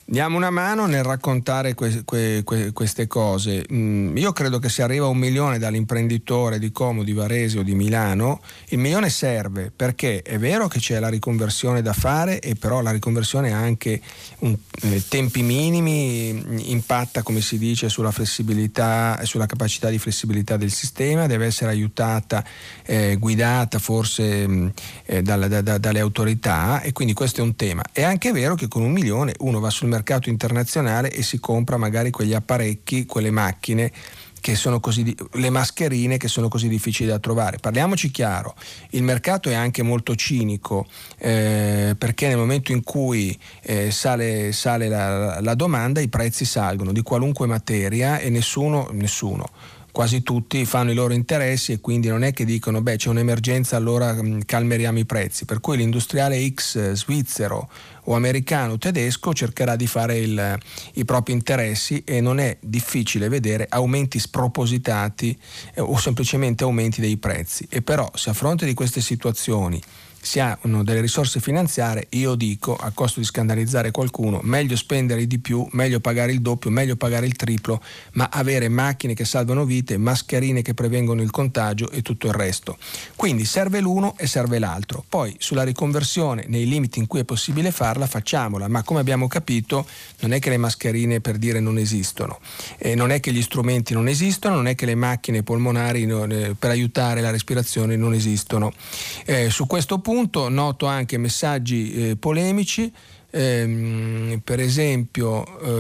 diamo una mano nel raccontare queste cose. Io credo che se arriva 1 milione dall'imprenditore di Como, di Varese o di Milano, il 1 milione serve, perché è vero che c'è la riconversione da fare, e però la riconversione ha anche tempi minimi, impatta, come si dice, sulla flessibilità e sulla capacità di flessibilità del sistema, deve essere aiutata, guidata forse dalle autorità, e quindi questo è un tema. È anche vero che con 1 milione uno va sul mercato internazionale e si compra magari quegli apparecchi, quelle macchine che sono così, le mascherine che sono così difficili da trovare. Parliamoci chiaro, il mercato è anche molto cinico, perché nel momento in cui sale la domanda, i prezzi salgono di qualunque materia, e nessuno, quasi tutti fanno i loro interessi, e quindi non è che dicono c'è un'emergenza allora calmeriamo i prezzi, per cui l'industriale X svizzero o americano o tedesco cercherà di fare i propri interessi, e non è difficile vedere aumenti spropositati o semplicemente aumenti dei prezzi. E però se a fronte di queste situazioni si hanno delle risorse finanziarie, io dico, a costo di scandalizzare qualcuno, meglio spendere di più, meglio pagare il doppio, meglio pagare il triplo, ma avere macchine che salvano vite, mascherine che prevengono il contagio e tutto il resto. Quindi serve l'uno e serve l'altro. Poi sulla riconversione, nei limiti in cui è possibile farla, facciamola, ma come abbiamo capito non è che le mascherine, per dire, non esistono, non è che gli strumenti non esistono, non è che le macchine polmonari per aiutare la respirazione non esistono. Su questo punto noto anche messaggi polemici, per esempio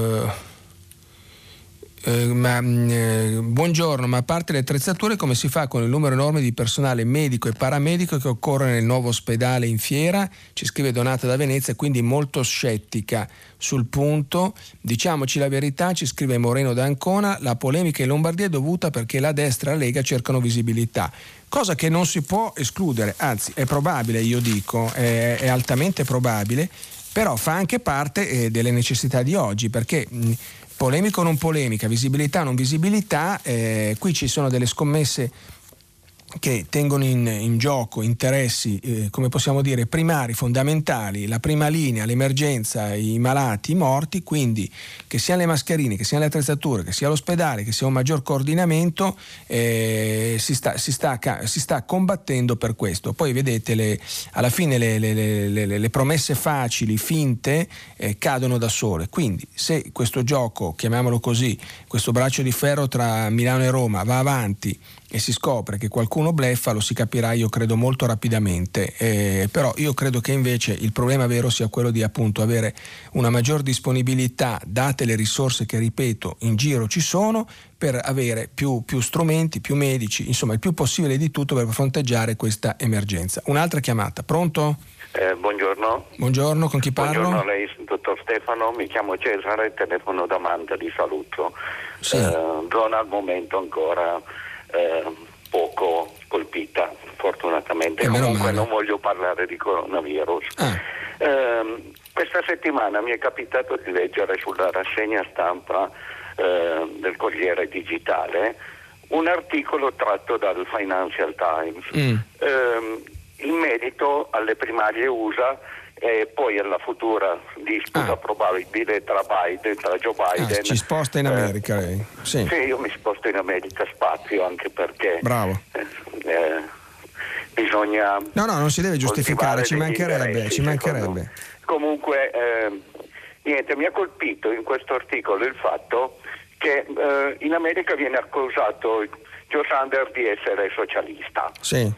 buongiorno, ma a parte le attrezzature come si fa con il numero enorme di personale medico e paramedico che occorre nel nuovo ospedale in Fiera? Ci scrive Donata da Venezia, quindi molto scettica sul punto. Diciamoci la verità, ci scrive Moreno da Ancona, la polemica in Lombardia è dovuta perché la destra e la Lega cercano visibilità, cosa che non si può escludere, anzi è probabile, io dico, è altamente probabile, però fa anche parte delle necessità di oggi, perché polemica o non polemica, visibilità o non visibilità, qui ci sono delle scommesse che tengono in gioco interessi, come possiamo dire, primari, fondamentali, la prima linea, l'emergenza, i malati, i morti, quindi che siano le mascherine, che siano le attrezzature, che sia l'ospedale, che sia un maggior coordinamento, si sta combattendo per questo. Poi vedete, alla fine le promesse facili, finte, cadono da sole. Quindi se questo gioco, chiamiamolo così, questo braccio di ferro tra Milano e Roma va avanti e si scopre che qualcuno bleffa, lo si capirà, io credo, molto rapidamente, però io credo che invece il problema vero sia quello di appunto avere una maggior disponibilità, date le risorse che, ripeto, in giro ci sono, per avere più strumenti, più medici, insomma il più possibile di tutto per fronteggiare questa emergenza. Un'altra chiamata, pronto? Buongiorno. Buongiorno, con chi parlo? Buongiorno a lei, dottor Stefano, mi chiamo Cesare, telefono da Manta di Saluzzo. Sì. Zona al momento ancora poco colpita, fortunatamente. Comunque non voglio parlare di coronavirus. Questa settimana mi è capitato di leggere sulla rassegna stampa del Corriere Digitale un articolo tratto dal Financial Times in merito alle primarie USA e poi alla futura disputa probabile tra Joe Biden. Ci sposta in America lei? Sì, io mi sposto in America, spazio, anche perché bravo. Bisogna no, non si deve giustificare, ci mancherebbe. Comunque niente, mi ha colpito in questo articolo il fatto che in America viene accusato Joe Sanders di essere socialista. Sì.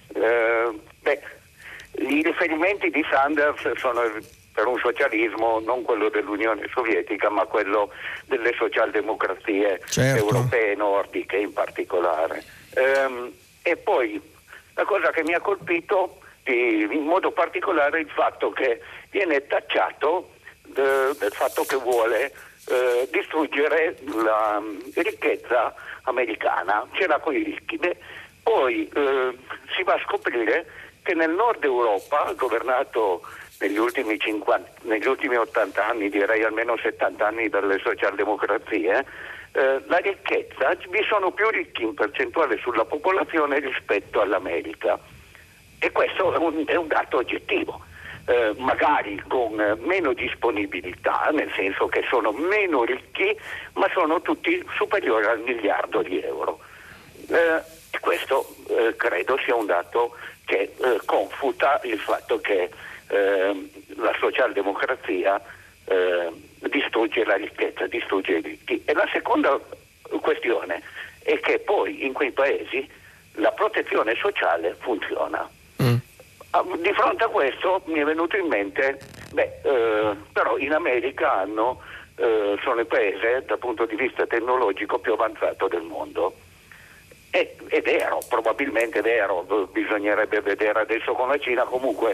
I riferimenti di Sanders sono per un socialismo non quello dell'Unione Sovietica, ma quello delle socialdemocrazie europee nordiche in particolare. E poi la cosa che mi ha colpito in modo particolare è il fatto che viene tacciato del fatto che vuole distruggere la ricchezza americana, ce l'ha con i ricchi. Poi si va a scoprire che nel nord Europa, governato negli ultimi 80 anni, direi almeno 70 anni dalle socialdemocrazie, la ricchezza, vi sono più ricchi in percentuale sulla popolazione rispetto all'America, e questo è un dato oggettivo. magari con meno disponibilità, nel senso che sono meno ricchi, ma sono tutti superiori al miliardo di euro. Questo credo sia un dato che confuta il fatto che la socialdemocrazia distrugge la ricchezza, distrugge i ricchi. E la seconda questione è che poi in quei paesi la protezione sociale funziona. Di fronte a questo mi è venuto in mente, però in America sono il paese dal punto di vista tecnologico più avanzato del mondo. È vero, probabilmente è vero, bisognerebbe vedere adesso con la Cina, comunque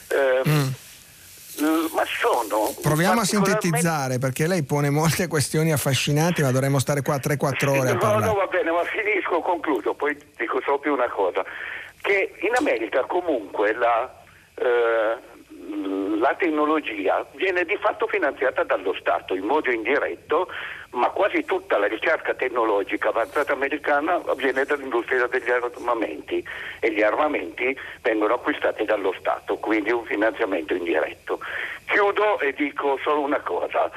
ma sono... Proviamo a sintetizzare, perché lei pone molte questioni affascinanti, ma dovremmo stare qua 3-4 ore a parlare. No, va bene, ma finisco, concludo, poi dico solo più una cosa, che in America comunque la tecnologia viene di fatto finanziata dallo Stato in modo indiretto, ma quasi tutta la ricerca tecnologica avanzata americana avviene dall'industria degli armamenti e gli armamenti vengono acquistati dallo Stato, quindi un finanziamento indiretto. Chiudo e dico solo una cosa,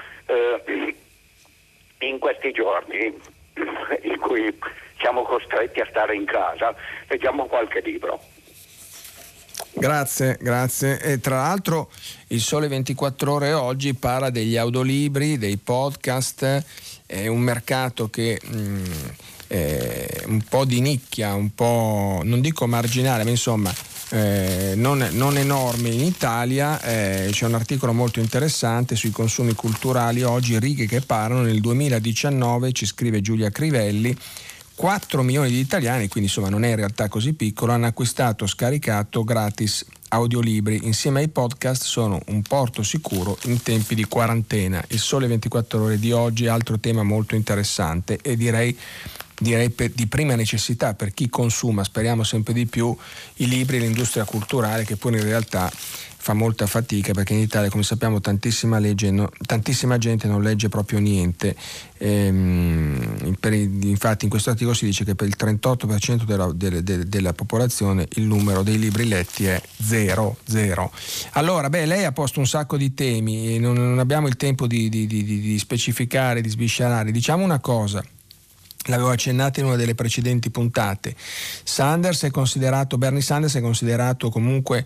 in questi giorni in cui siamo costretti a stare in casa, leggiamo qualche libro. Grazie. E tra l'altro il Sole 24 Ore oggi parla degli audiolibri, dei podcast, è un mercato che è un po' di nicchia, un po' non dico marginale, ma insomma non enorme in Italia. C'è un articolo molto interessante sui consumi culturali oggi, righe che parlano. Nel 2019, ci scrive Giulia Crivelli, 4 milioni di italiani, quindi insomma non è in realtà così piccolo, hanno acquistato o scaricato gratis audiolibri. Insieme ai podcast sono un porto sicuro in tempi di quarantena. Il Sole 24 Ore di oggi, altro tema molto interessante e direi di prima necessità per chi consuma, speriamo sempre di più, i libri e l'industria culturale, che poi in realtà fa molta fatica, perché in Italia, come sappiamo, tantissima gente non legge proprio niente. Infatti in questo articolo si dice che per il 38% della popolazione il numero dei libri letti è zero. Allora, lei ha posto un sacco di temi e non abbiamo il tempo di specificare, di sviscerare. Diciamo una cosa, l'avevo accennato in una delle precedenti puntate. Bernie Sanders è considerato comunque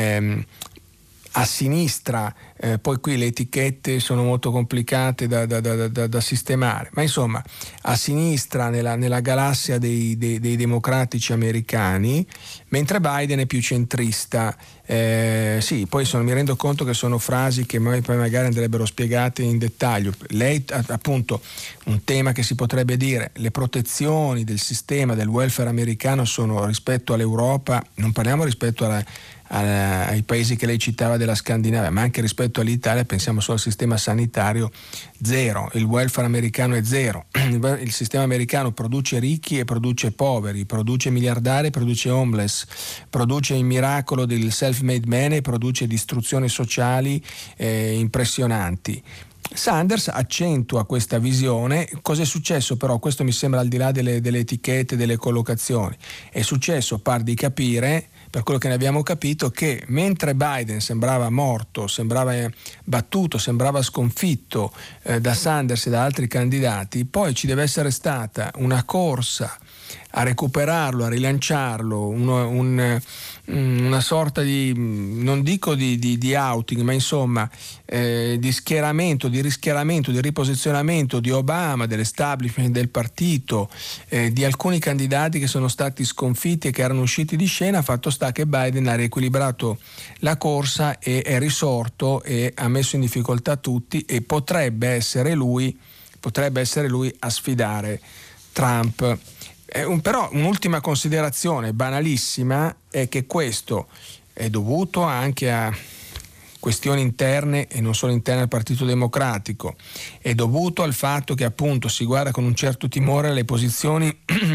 a sinistra, poi qui le etichette sono molto complicate da sistemare, ma insomma a sinistra nella galassia dei democratici americani, mentre Biden è più centrista. Sì, poi mi rendo conto che sono frasi che poi magari andrebbero spiegate in dettaglio. Lei, appunto, un tema che si potrebbe dire: le protezioni del sistema del welfare americano sono, rispetto all'Europa, non parliamo rispetto ai paesi che lei citava della Scandinavia, ma anche rispetto all'Italia, pensiamo solo al sistema sanitario, zero. Il welfare americano è zero. Il sistema americano produce ricchi e produce poveri, produce miliardari e produce homeless, produce il miracolo del self-made man e produce distruzioni sociali impressionanti. Sanders accentua questa visione. Cos'è successo però? Questo mi sembra al di là delle etichette, delle collocazioni. È successo, par di capire, per quello che ne abbiamo capito, che mentre Biden sembrava morto, sembrava battuto, sembrava sconfitto da Sanders e da altri candidati, poi ci deve essere stata una corsa a recuperarlo, a rilanciarlo, una sorta di, non dico di outing, ma insomma di schieramento, di rischieramento, di riposizionamento di Obama, dell'establishment del partito, di alcuni candidati che sono stati sconfitti e che erano usciti di scena. Fatto sta che Biden ha riequilibrato la corsa e è risorto e ha messo in difficoltà tutti, e potrebbe essere lui a sfidare Trump. Però un'ultima considerazione banalissima è che questo è dovuto anche a questioni interne, e non solo interne al Partito Democratico, è dovuto al fatto che appunto si guarda con un certo timore alle posizioni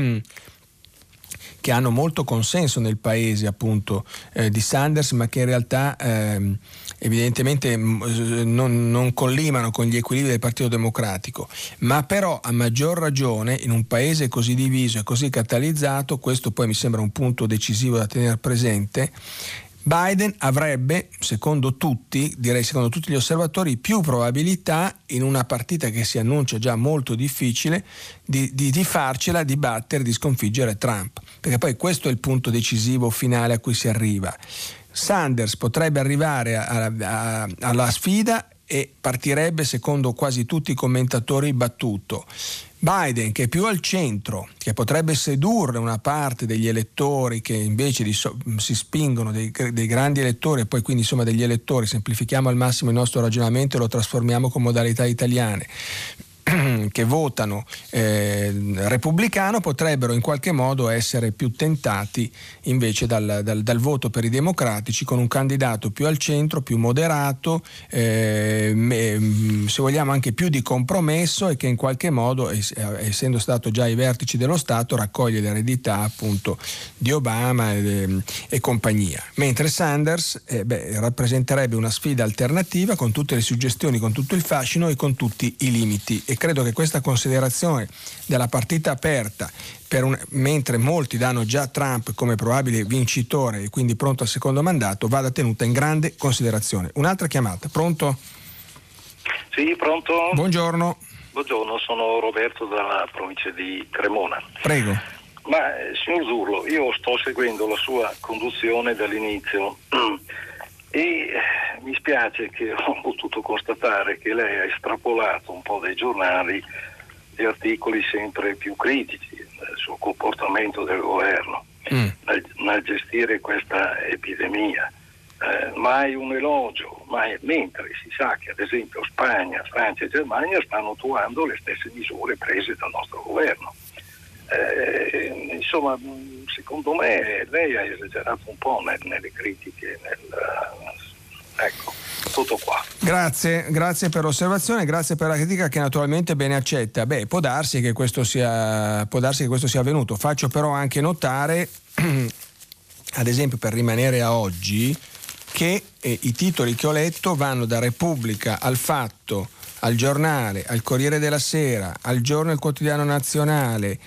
che hanno molto consenso nel paese, appunto di Sanders, ma che in realtà evidentemente non collimano con gli equilibri del Partito Democratico. Ma però a maggior ragione in un paese così diviso e così catalizzato, questo poi mi sembra un punto decisivo da tenere presente, Biden avrebbe, secondo tutti gli osservatori, più probabilità in una partita che si annuncia già molto difficile di farcela, di battere, di sconfiggere Trump, perché poi questo è il punto decisivo finale a cui si arriva. Sanders potrebbe arrivare alla sfida e partirebbe, secondo quasi tutti i commentatori, battuto. Biden, che è più al centro, che potrebbe sedurre una parte degli elettori che invece si spingono, dei grandi elettori, e poi quindi insomma degli elettori, semplifichiamo al massimo il nostro ragionamento e lo trasformiamo con modalità italiane, che votano repubblicano, potrebbero in qualche modo essere più tentati invece dal voto per i democratici, con un candidato più al centro, più moderato, se vogliamo anche più di compromesso, e che in qualche modo, essendo stato già ai vertici dello Stato, raccoglie l'eredità appunto di Obama e compagnia. Mentre Sanders rappresenterebbe una sfida alternativa con tutte le suggestioni, con tutto il fascino e con tutti i limiti. E credo che questa considerazione della partita aperta, mentre molti danno già Trump come probabile vincitore e quindi pronto al secondo mandato, vada tenuta in grande considerazione. Un'altra chiamata, pronto? Sì, pronto? Buongiorno. Buongiorno, sono Roberto dalla provincia di Cremona. Prego. Ma signor Zurlo, io sto seguendo la sua conduzione dall'inizio e mi spiace che ho potuto constatare che lei ha estrapolato un po' dai giornali gli articoli sempre più critici sul comportamento del governo nel gestire questa epidemia. Mai un elogio, mentre si sa che ad esempio Spagna, Francia e Germania stanno attuando le stesse misure prese dal nostro governo. Insomma, secondo me lei ha esagerato un po' nelle critiche, ecco, tutto qua. Grazie per l'osservazione, grazie per la critica che naturalmente bene accetta. Può darsi che questo sia avvenuto. Faccio però anche notare, ad esempio, per rimanere a oggi, che i titoli che ho letto vanno da Repubblica al Fatto, al Giornale, al Corriere della Sera, al Giorno, il Quotidiano Nazionale,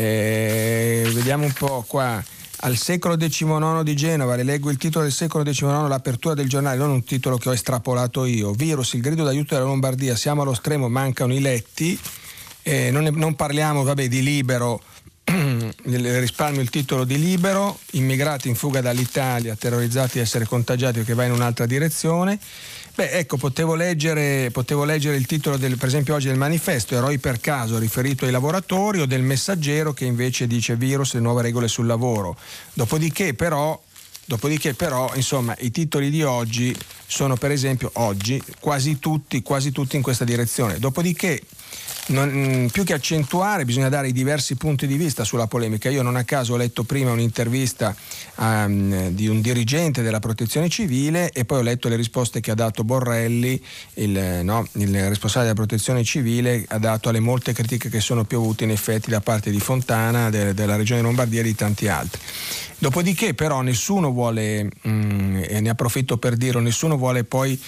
vediamo un po' qua, al Secolo XIX di Genova. Le leggo il titolo del Secolo XIX, l'apertura del giornale, non un titolo che ho estrapolato io. Virus, il grido d'aiuto della Lombardia, siamo allo stremo, mancano i letti. Non parliamo di Libero, risparmio il titolo di Libero, immigrati in fuga dall'Italia, terrorizzati di essere contagiati perché va in un'altra direzione. Ecco, potevo leggere il titolo per esempio oggi del Manifesto, eroi per caso, riferito ai lavoratori, o del Messaggero che invece dice virus, le nuove regole sul lavoro. Dopodiché però insomma i titoli di oggi sono, per esempio oggi, quasi tutti in questa direzione. Dopodiché più che accentuare bisogna dare i diversi punti di vista sulla polemica. Io non a caso ho letto prima un'intervista di un dirigente della Protezione Civile e poi ho letto le risposte che ha dato Borrelli, il responsabile della Protezione Civile, ha dato alle molte critiche che sono piovute in effetti da parte di Fontana, della Regione Lombardia e di tanti altri. Dopodiché però nessuno vuole, e ne approfitto per dirlo, nessuno vuole poi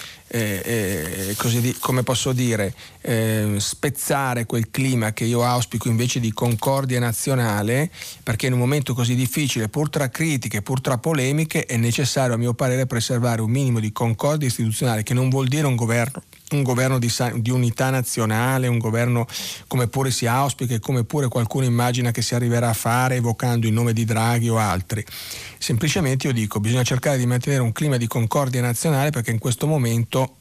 come posso dire, spezzare quel clima che io auspico invece di concordia nazionale, perché in un momento così difficile, pur tra critiche, pur tra polemiche, è necessario a mio parere preservare un minimo di concordia istituzionale, che non vuol dire un governo di unità nazionale, un governo come pure si auspica e come pure qualcuno immagina che si arriverà a fare evocando il nome di Draghi o altri. Semplicemente io dico, bisogna cercare di mantenere un clima di concordia nazionale, perché in questo momento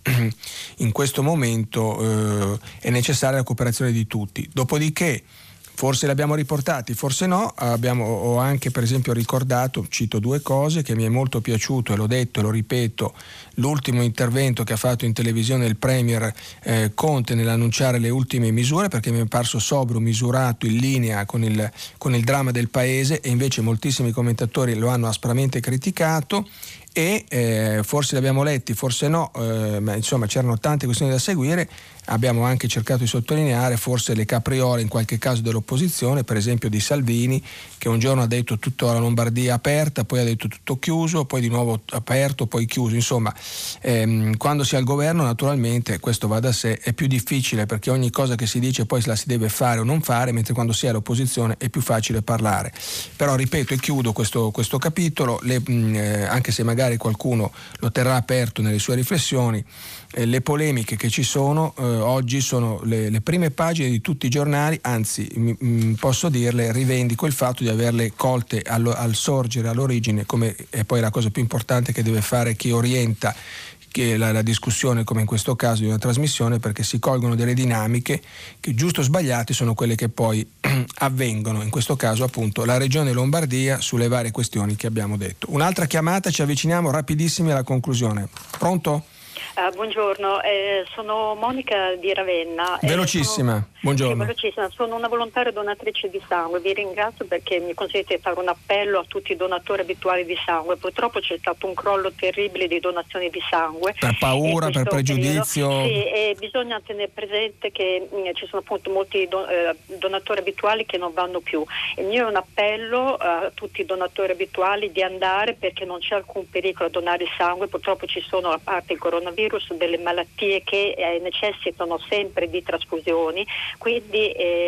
è necessaria la cooperazione di tutti. Dopodiché forse li abbiamo riportati, forse no. Ho anche per esempio ricordato, cito due cose che mi è molto piaciuto, e l'ho detto e lo ripeto, l'ultimo intervento che ha fatto in televisione il Premier Conte nell'annunciare le ultime misure, perché mi è parso sobrio, misurato, in linea con il dramma del paese, e invece moltissimi commentatori lo hanno aspramente criticato. E forse li abbiamo letti, forse no, ma insomma c'erano tante questioni da seguire. Abbiamo anche cercato di sottolineare forse le capriole in qualche caso dell'opposizione, per esempio di Salvini, che un giorno ha detto tutta la Lombardia aperta, poi ha detto tutto chiuso, poi di nuovo aperto, poi chiuso. Insomma, quando si è al governo naturalmente, questo va da sé, è più difficile, perché ogni cosa che si dice poi la si deve fare o non fare, mentre quando si è all'opposizione è più facile parlare. Però ripeto e chiudo questo capitolo, anche se magari magari qualcuno lo terrà aperto nelle sue riflessioni. Le polemiche che ci sono oggi sono le prime pagine di tutti i giornali, anzi posso dirle, rivendico il fatto di averle colte al sorgere, all'origine, come è poi la cosa più importante che deve fare chi orienta che la discussione, come in questo caso di una trasmissione, perché si colgono delle dinamiche che, giusto o sbagliate, sono quelle che poi avvengono, in questo caso appunto la Regione Lombardia, sulle varie questioni che abbiamo detto. Un'altra chiamata, ci avviciniamo rapidissimi alla conclusione. Pronto? Buongiorno, sono Monica di Ravenna. Velocissima, buongiorno. Sì, velocissima. Sono una volontaria donatrice di sangue. Vi ringrazio perché mi consentite di fare un appello a tutti i donatori abituali di sangue. Purtroppo c'è stato un crollo terribile di donazioni di sangue. Per paura, per pregiudizio? Periodo. Sì, e bisogna tenere presente che ci sono appunto molti donatori abituali che non vanno più. Il mio è un appello a tutti i donatori abituali di andare, perché non c'è alcun pericolo a donare sangue. Purtroppo ci sono, a parte il coronavirus, delle malattie che necessitano sempre di trasfusioni, quindi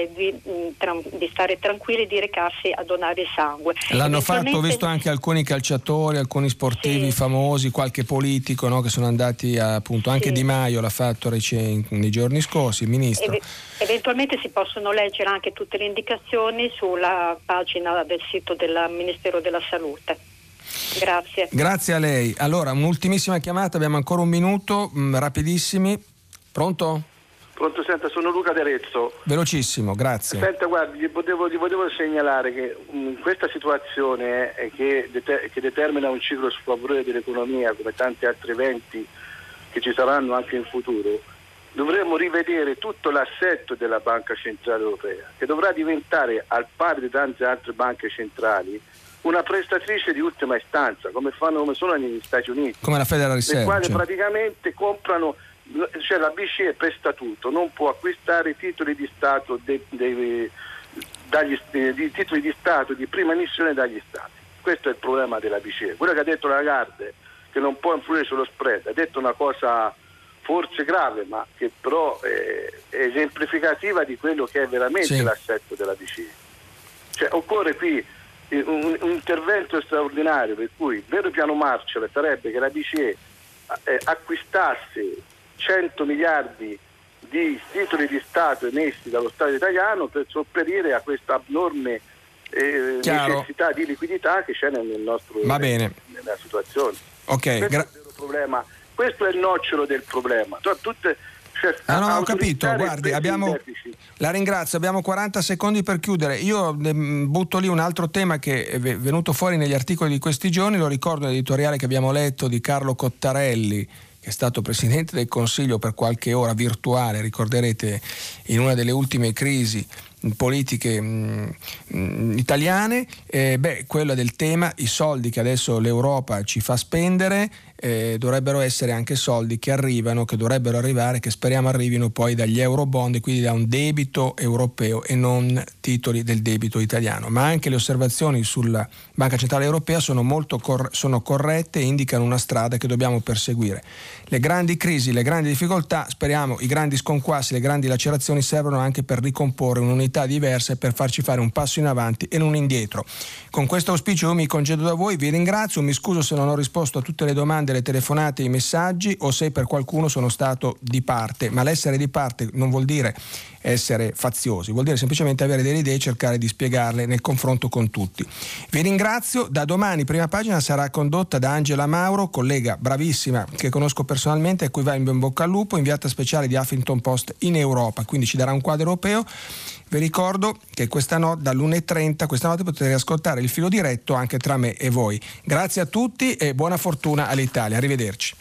di stare tranquilli e di recarsi a donare sangue. L'hanno fatto, ho visto anche alcuni calciatori, alcuni sportivi famosi, qualche politico, no, che sono andati appunto, anche Di Maio l'ha fatto nei giorni scorsi, il ministro. Eventualmente si possono leggere anche tutte le indicazioni sulla pagina del sito del Ministero della Salute. Grazie. Grazie a lei. Allora, un'ultimissima chiamata, abbiamo ancora un minuto, rapidissimi. Pronto? Pronto, senta, sono Luca D'Arezzo. Velocissimo, grazie. Senta, guardi, gli volevo segnalare che questa situazione che determina un ciclo sfavorevole dell'economia, come tanti altri eventi che ci saranno anche in futuro, dovremmo rivedere tutto l'assetto della Banca Centrale Europea, che dovrà diventare, al pari di tante altre banche centrali, una prestatrice di ultima istanza, come sono negli Stati Uniti, come la Federal Reserve, le quali praticamente comprano, cioè la BCE presta tutto, non può acquistare titoli di Stato di titoli di Stato di prima emissione dagli Stati. Questo è il problema della BCE. Quello che ha detto Lagarde, che non può influire sullo spread, ha detto una cosa forse grave, ma che però è esemplificativa di quello che è veramente l'assetto della BCE. Cioè occorre qui un intervento straordinario, per cui il vero piano Marshall sarebbe che la BCE acquistasse 100 miliardi di titoli di Stato emessi dallo Stato italiano per sopperire a questa abnorme necessità di liquidità che c'è nel nostro nella situazione. Ok, questo è il vero problema, questo è il nocciolo del problema. Ho capito, guardi, la ringrazio, abbiamo 40 secondi per chiudere. Io butto lì un altro tema che è venuto fuori negli articoli di questi giorni, lo ricordo, l'editoriale che abbiamo letto di Carlo Cottarelli, che è stato Presidente del Consiglio per qualche ora virtuale, ricorderete, in una delle ultime crisi politiche italiane, quella del tema, i soldi che adesso l'Europa ci fa spendere dovrebbero essere anche soldi che arrivano, che dovrebbero arrivare, che speriamo arrivino poi dagli eurobond, quindi da un debito europeo e non titoli del debito italiano. Ma anche le osservazioni sulla Banca Centrale Europea sono molto sono corrette e indicano una strada che dobbiamo perseguire. Le grandi crisi, le grandi difficoltà, speriamo, i grandi sconquassi, le grandi lacerazioni servono anche per ricomporre un'unità diversa e per farci fare un passo in avanti e non indietro. Con questo auspicio io mi congedo da voi, vi ringrazio, mi scuso se non ho risposto a tutte le domande, le telefonate, i messaggi, o se per qualcuno sono stato di parte, ma l'essere di parte non vuol dire essere faziosi, vuol dire semplicemente avere delle idee e cercare di spiegarle nel confronto con tutti. Vi ringrazio, da domani Prima Pagina sarà condotta da Angela Mauro, collega bravissima che conosco personalmente, a cui va in bocca al lupo, inviata speciale di Huffington Post in Europa, quindi ci darà un quadro europeo. Vi ricordo che questa notte, dall'1:30, questa notte potete ascoltare il filo diretto anche tra me e voi. Grazie a tutti e buona fortuna all'Italia. Arrivederci.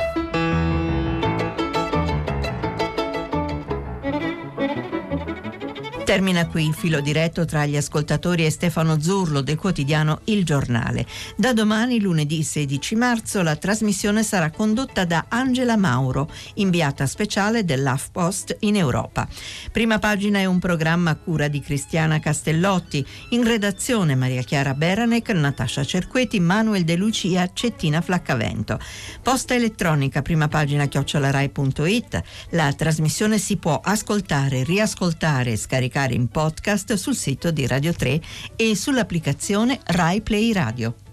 Termina qui il filo diretto tra gli ascoltatori e Stefano Zurlo del quotidiano Il Giornale. Da domani, lunedì 16 marzo, la trasmissione sarà condotta da Angela Mauro, inviata speciale dell'HuffPost in Europa. Prima Pagina è un programma a cura di Cristiana Castellotti, in redazione Maria Chiara Beranec, Natascia Cerqueti, Manuel De Lucia, Cettina Flaccavento. Posta elettronica primapagina@rai.it. La trasmissione si può ascoltare, riascoltare e scaricare in podcast sul sito di Radio 3 e sull'applicazione Rai Play Radio.